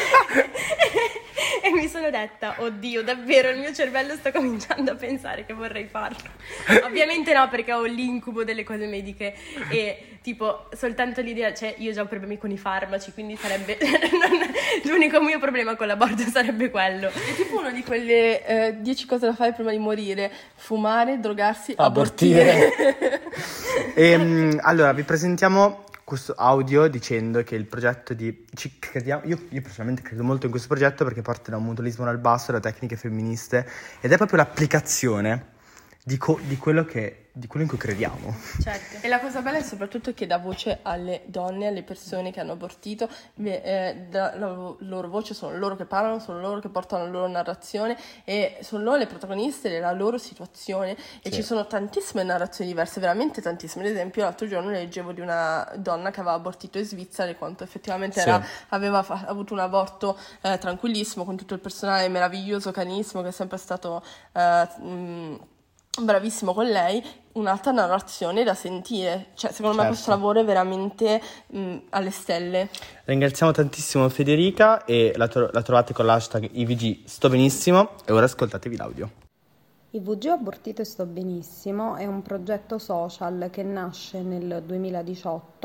e mi sono detta oddio davvero il mio cervello sto cominciando a pensare che vorrei farlo. Ovviamente no, perché ho l'incubo delle cose mediche e tipo soltanto l'idea, cioè io già ho problemi con i farmaci, quindi sarebbe non, l'unico mio problema con l'aborto sarebbe quello. È tipo una di quelle eh, dieci cose da fare prima di morire: fumare, drogarsi, abortire. abortire. e, um, allora vi presentiamo questo audio dicendo che il progetto di ci crediamo, io, io personalmente credo molto in questo progetto perché parte da un mutualismo dal basso, da tecniche femministe, ed è proprio l'applicazione di, co- di quello che di quello in cui crediamo. Certo. E la cosa bella è soprattutto che dà voce alle donne, alle persone che hanno abortito, eh, la, la loro voce, sono loro che parlano, sono loro che portano la loro narrazione e sono loro le protagoniste della loro situazione e sì. Ci sono tantissime narrazioni diverse, veramente tantissime. Ad esempio l'altro giorno leggevo di una donna che aveva abortito in Svizzera e quanto effettivamente sì. era, aveva fa- avuto un aborto eh, tranquillissimo con tutto il personale meraviglioso, canissimo, che è sempre stato eh, mh, bravissimo con lei. Un'altra narrazione da sentire, cioè secondo certo. me questo lavoro è veramente mh, alle stelle. Ringraziamo tantissimo Federica e la, tro- la trovate con l'hashtag I V G sto benissimo e ora ascoltatevi l'audio. I V G ho abortito e sto benissimo è un progetto social che nasce nel duemiladiciotto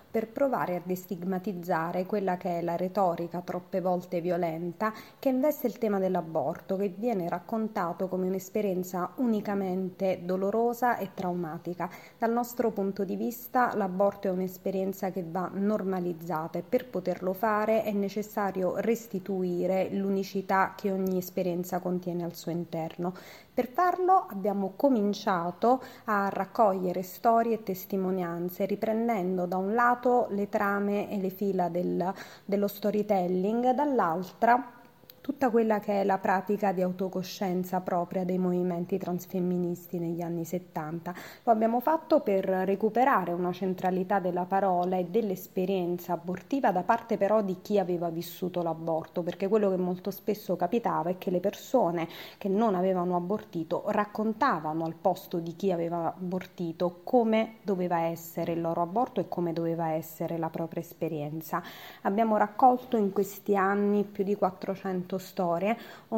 per provare a destigmatizzare quella che è la retorica troppe volte violenta che investe il tema dell'aborto, che viene raccontato come un'esperienza unicamente dolorosa e traumatica. Dal nostro punto di vista l'aborto è un'esperienza che va normalizzata e per poterlo fare è necessario restituire l'unicità che ogni esperienza contiene al suo interno. Per farlo abbiamo cominciato a raccogliere storie e testimonianze, riprendendo da un lato le trame e le fila del, dello storytelling, dall'altra tutta quella che è la pratica di autocoscienza propria dei movimenti transfemministi negli anni settanta. Lo abbiamo fatto per recuperare una centralità della parola e dell'esperienza abortiva da parte però di chi aveva vissuto l'aborto, perché quello che molto spesso capitava è che le persone che non avevano abortito raccontavano al posto di chi aveva abortito come doveva essere il loro aborto e come doveva essere la propria esperienza. Abbiamo raccolto in questi anni più di quattrocento storie,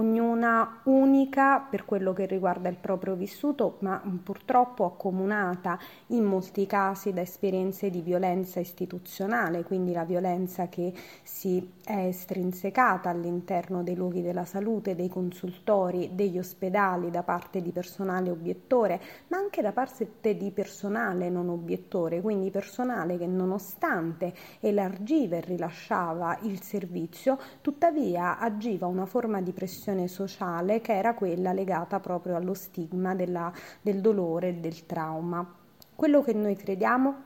ognuna unica per quello che riguarda il proprio vissuto, ma purtroppo accomunata in molti casi da esperienze di violenza istituzionale, quindi la violenza che si è estrinsecata all'interno dei luoghi della salute, dei consultori, degli ospedali da parte di personale obiettore, ma anche da parte di personale non obiettore, quindi personale che nonostante elargiva e rilasciava il servizio, tuttavia agiva una forma di pressione sociale che era quella legata proprio allo stigma della, del dolore e del trauma. Quello che noi crediamo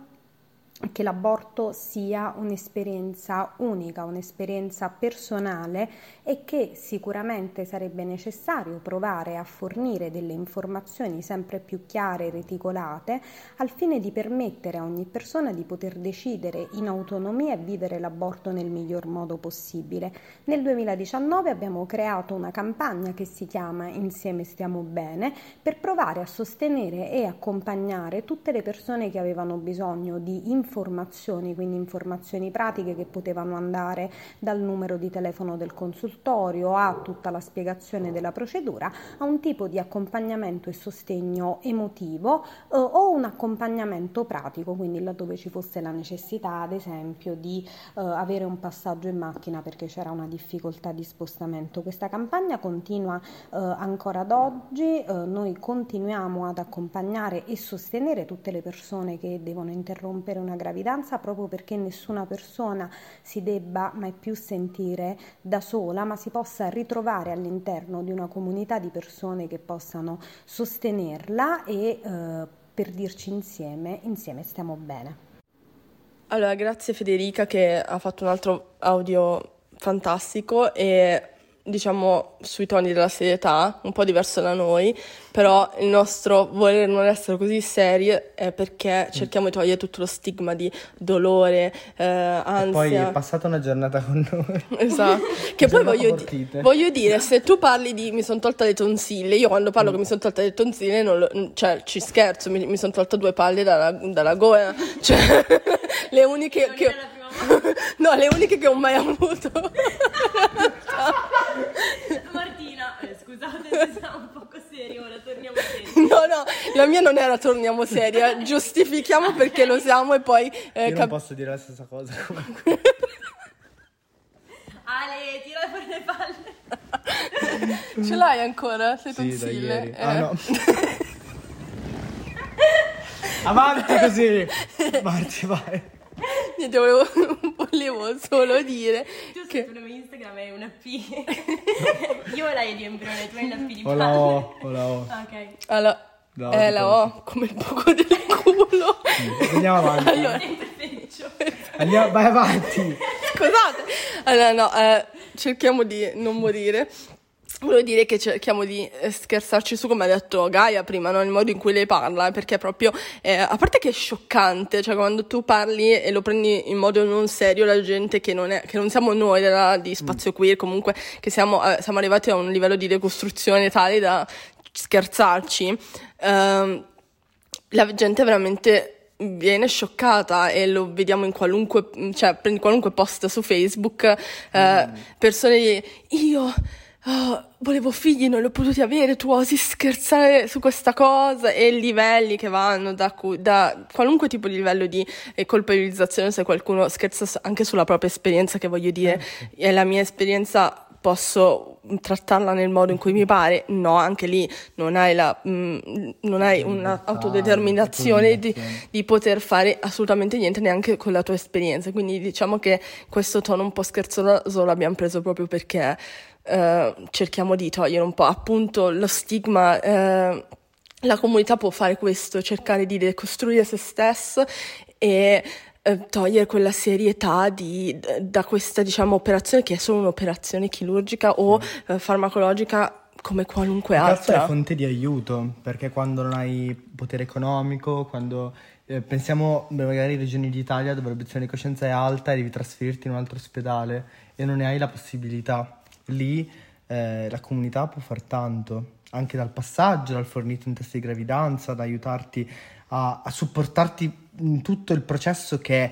è che l'aborto sia un'esperienza unica, un'esperienza personale e che sicuramente sarebbe necessario provare a fornire delle informazioni sempre più chiare e reticolate al fine di permettere a ogni persona di poter decidere in autonomia e vivere l'aborto nel miglior modo possibile. Nel duemiladiciannove abbiamo creato una campagna che si chiama Insieme stiamo bene per provare a sostenere e accompagnare tutte le persone che avevano bisogno di informazioni informazioni, quindi informazioni pratiche che potevano andare dal numero di telefono del consultorio a tutta la spiegazione della procedura, a un tipo di accompagnamento e sostegno emotivo eh, o un accompagnamento pratico, quindi laddove ci fosse la necessità ad esempio di eh, avere un passaggio in macchina perché c'era una difficoltà di spostamento. Questa campagna continua eh, ancora ad oggi, eh, noi continuiamo ad accompagnare e sostenere tutte le persone che devono interrompere una gravidanza proprio perché nessuna persona si debba mai più sentire da sola, ma si possa ritrovare all'interno di una comunità di persone che possano sostenerla e eh, per dirci insieme, insieme stiamo bene. Allora, grazie Federica che ha fatto un altro audio fantastico e diciamo sui toni della serietà, un po' diverso da noi, però il nostro voler non essere così seri è perché cerchiamo di togliere tutto lo stigma di dolore, eh, ansia. E poi è passata una giornata con noi. Esatto. Che poi voglio, di- voglio dire, se tu parli di mi sono tolta le tonsille, io quando parlo mm. che mi sono tolta le tonsille, non lo, cioè ci scherzo, mi, mi sono tolta due palle dalla, dalla gola, cioè le uniche che... No, le uniche che ho mai avuto. Martina, eh, scusate se siamo un poco seri, ora torniamo seri. No, no, la mia non era torniamo seria, giustifichiamo okay. Perché lo siamo e poi... Eh, Io cap- non posso dire la stessa cosa comunque. Ale, tira fuori le palle. Ce l'hai ancora? Sei sì, tonsille? da ieri. Eh. Ah no. Avanti così. Marti, vai. Niente, volevo, volevo solo dire tu che... il nome Instagram è una P. Io la E di embrione, tu hai una P di palle. O la O, o la O. Ok. Allora, no, eh, la O, come il buco del culo. Sì, andiamo avanti. Allora, andiamo, vai avanti. Scusate. Allora, no, eh, cerchiamo di non morire. Volevo dire che cerchiamo di scherzarci su, come ha detto Gaia prima, no? Il modo in cui lei parla, perché proprio, eh, a parte che è scioccante, cioè quando tu parli e lo prendi in modo non serio, la gente che non è, che non siamo noi della, di Spazio mm. Queer, comunque, che siamo, eh, siamo arrivati a un livello di decostruzione tale da scherzarci, eh, la gente veramente viene scioccata e lo vediamo in qualunque, cioè prendi qualunque post su Facebook, eh, mm. persone di, io... oh, volevo figli, non li ho potuti avere, tu osi scherzare su questa cosa, e livelli che vanno da, cu- da qualunque tipo di livello di eh, colpevolizzazione, se qualcuno scherza anche sulla propria esperienza, che voglio dire, è la mia esperienza, posso trattarla nel modo in cui mi pare? No, anche lì non hai la mh, non hai un'autodeterminazione di, di poter fare assolutamente niente neanche con la tua esperienza, quindi diciamo che questo tono un po' scherzoso l'abbiamo preso proprio perché eh, cerchiamo di togliere un po' appunto lo stigma. eh, la comunità può fare questo, cercare di decostruire se stessa e togliere quella serietà di, da questa, diciamo, operazione che è solo un'operazione chirurgica o eh, farmacologica come qualunque Questo altra. è fonte di aiuto, perché quando non hai potere economico, quando eh, pensiamo magari regioni d'Italia dove l'obiezione di coscienza è alta e devi trasferirti in un altro ospedale e non ne hai la possibilità, lì eh, la comunità può far tanto, anche dal passaggio, dal fornirti un test di gravidanza, ad aiutarti a, a supportarti in tutto il processo, che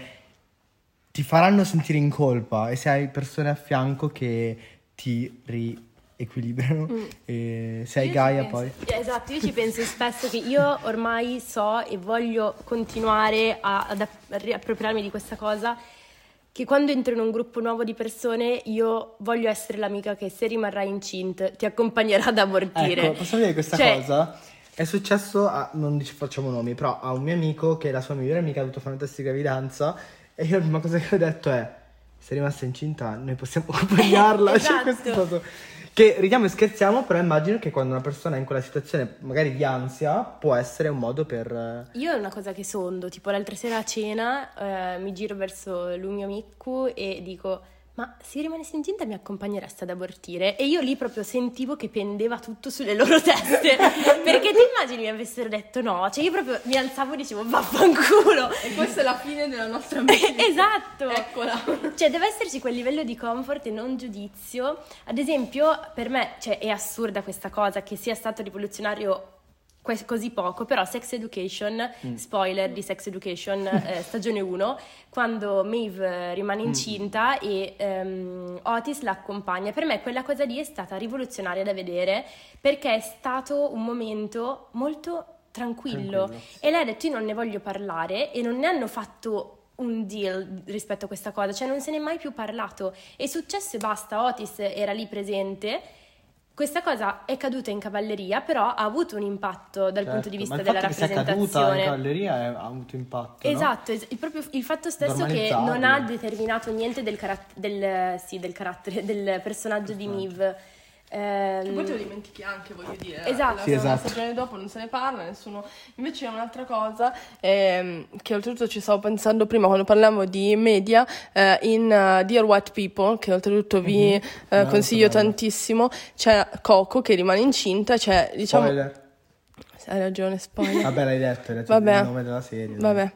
ti faranno sentire in colpa, e se hai persone a fianco che ti riequilibrano, mm. e se hai Io Gaia penso, poi esatto, io ci penso spesso che io ormai so e voglio continuare a, ad appropriarmi di questa cosa, che quando entro in un gruppo nuovo di persone io voglio essere l'amica che, se rimarrai incinta, ti accompagnerà ad abortire. Ecco, possiamo dire questa cioè, cosa? È successo a, non dic- facciamo nomi, però a un mio amico che la sua migliore amica ha dovuto fare un test di gravidanza, e io la prima cosa che ho detto è: se è rimasta incinta noi possiamo accompagnarla. Esatto. Cioè, questo è stato... Che ridiamo e scherziamo, però immagino che quando una persona è in quella situazione magari di ansia può essere un modo per... Io è una cosa che sondo, tipo l'altra sera a cena eh, mi giro verso lui mio amico e dico: ma se io rimanessi incinta mi accompagneresti ad abortire? E io lì proprio sentivo che pendeva tutto sulle loro teste, perché ti immagini mi avessero detto no? Cioè io proprio mi alzavo e dicevo vaffanculo. E questa è la fine della nostra amicizia. Esatto. Eccola. Cioè deve esserci quel livello di comfort e non giudizio. Ad esempio per me, cioè, è assurda questa cosa che sia stato rivoluzionario così poco, però Sex Education, mm. spoiler di Sex Education eh, stagione uno, quando Maeve rimane incinta mm. e um, Otis la accompagna, per me quella cosa lì è stata rivoluzionaria da vedere, perché è stato un momento molto tranquillo, tranquillo sì. E lei ha detto: io non ne voglio parlare, e non ne hanno fatto un deal rispetto a questa cosa, cioè non se ne è mai più parlato, è successo e basta. Otis era lì presente. Questa cosa è caduta in cavalleria, però ha avuto un impatto dal certo, punto di vista ma il della fatto rappresentazione. Che sia caduta in cavalleria è, ha avuto impatto. Esatto, no? es- il, proprio, il fatto stesso che non ha determinato niente del, carat- del, sì, del carattere del personaggio di Maeve. Ehm... Che poi te lo dimentichi anche, voglio dire. Esatto. La, sì, esatto. la stagione dopo non se ne parla, nessuno. Invece è un'altra cosa ehm, che oltretutto ci stavo pensando prima quando parlavamo di media, eh, in uh, Dear White People, che oltretutto vi mm-hmm. eh, consiglio tantissimo, c'è Coco che rimane incinta, c'è, diciamo... Spoiler. Hai ragione, spoiler. Vabbè, l'hai detto, hai detto Vabbè. il nome della serie. Vabbè.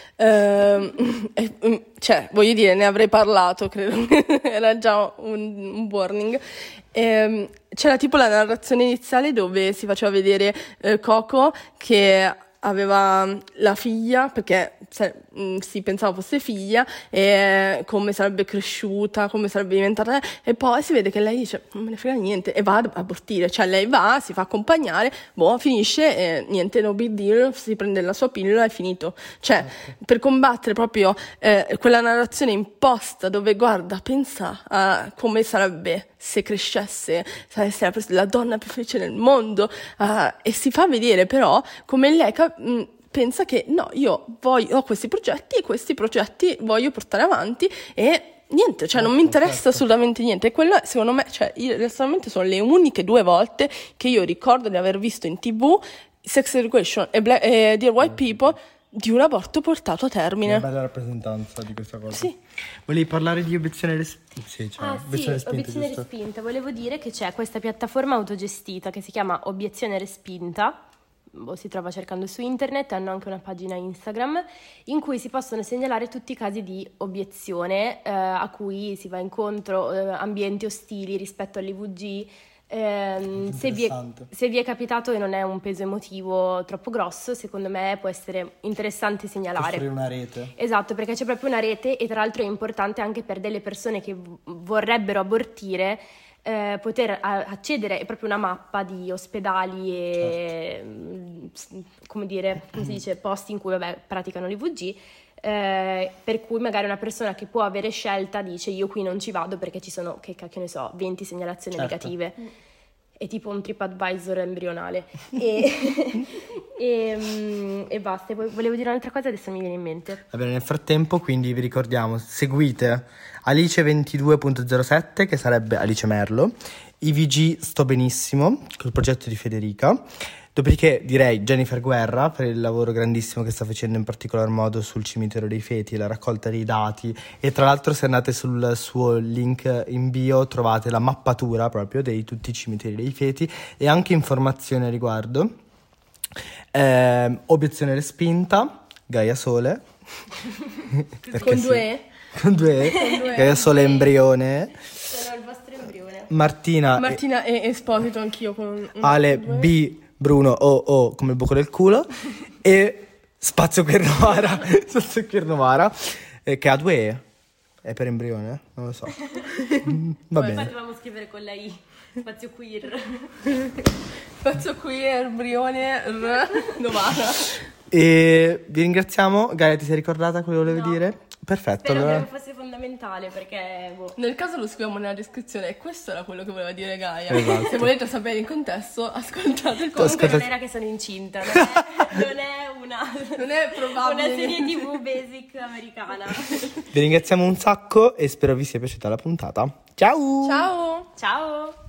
Uh, eh, cioè, voglio dire, ne avrei parlato, credo. Era già un, un warning. Um, c'era tipo la narrazione iniziale dove si faceva vedere uh, Coco che aveva la figlia, perché se, mh, si pensava fosse figlia, e come sarebbe cresciuta, come sarebbe diventata, e poi si vede che lei dice non me ne frega niente e va ad abortire, cioè lei va, si fa accompagnare, boh, finisce e niente, no big deal, si prende la sua pillola e è finito. Cioè, okay. Per combattere proprio eh, quella narrazione imposta dove, guarda, pensa a come sarebbe se crescesse, sarà la donna più felice del mondo, uh, e si fa vedere però come lei cap- mh, pensa che no, io voglio, ho questi progetti e questi progetti voglio portare avanti e niente, cioè non mi interessa certo. assolutamente niente. E quello secondo me, cioè io, onestamente sono le uniche due volte che io ricordo di aver visto in tv Sex Education e, Black, e Dear White People di un aborto portato a termine. Una bella rappresentanza di questa cosa. Sì. Volevi parlare di obiezione respinta? Sì, cioè, ah, obiezione sì, respinta, obiezione giusto? respinta. Volevo dire che c'è questa piattaforma autogestita che si chiama Obiezione Respinta, o si trova cercando su internet, hanno anche una pagina Instagram in cui si possono segnalare tutti i casi di obiezione eh, a cui si va incontro, eh, ambienti ostili rispetto all'I V G. Eh, se, vi è, se vi è capitato e non è un peso emotivo troppo grosso, secondo me può essere interessante segnalare. Costruire una rete. Esatto, perché c'è proprio una rete, e tra l'altro è importante anche per delle persone che v- vorrebbero abortire eh, poter a- accedere, è proprio una mappa di ospedali e, mh, s- come dire, come si dice, posti in cui vabbè, praticano l'I V G, eh, per cui magari una persona che può avere scelta dice io qui non ci vado perché ci sono, che cacchio ne so, venti segnalazioni Certo. negative. È tipo un TripAdvisor embrionale. E, e, mm, e basta. E poi volevo dire un'altra cosa, adesso mi viene in mente. Va bene, nel frattempo quindi vi ricordiamo, seguite Alice ventidue punto zero sette, che sarebbe Alice Merlo, I V G Sto Benissimo, col progetto di Federica, dopodiché direi Jennifer Guerra per il lavoro grandissimo che sta facendo in particolar modo sul cimitero dei feti, la raccolta dei dati, e tra l'altro se andate sul suo link in bio trovate la mappatura proprio di tutti i cimiteri dei feti e anche informazioni a riguardo. Eh, obiezione respinta, Gaia Sole. Perché Con sì. due E? Con due E. Gaia Sole embrione. Sono il vostro embrione. Martina, Martina e Esposito anch'io con un- Ale due. B Bruno O O come il buco del culo e Spazio Quirnovara Spazio Quirnovara eh, che ha due E. È per embrione? Non lo so. Mm, Va Poi bene. dovevamo scrivere con la I, spazio queer. Spazio qui, embrione, r, Novara. E vi ringraziamo. Gaia, ti sei ricordata quello che volevi No. dire? Perfetto, Spero che allora. non fosse fondamentale perché boh. Nel caso lo scriviamo nella descrizione e questo era quello che voleva dire Gaia. Esatto. Se volete sapere il contesto, ascoltate il Comunque Ascolta- non era che sono incinta, non è, non è una, Non è probabile. una serie tivù basic americana. Vi ringraziamo un sacco e spero vi sia piaciuta la puntata. Ciao! Ciao! Ciao!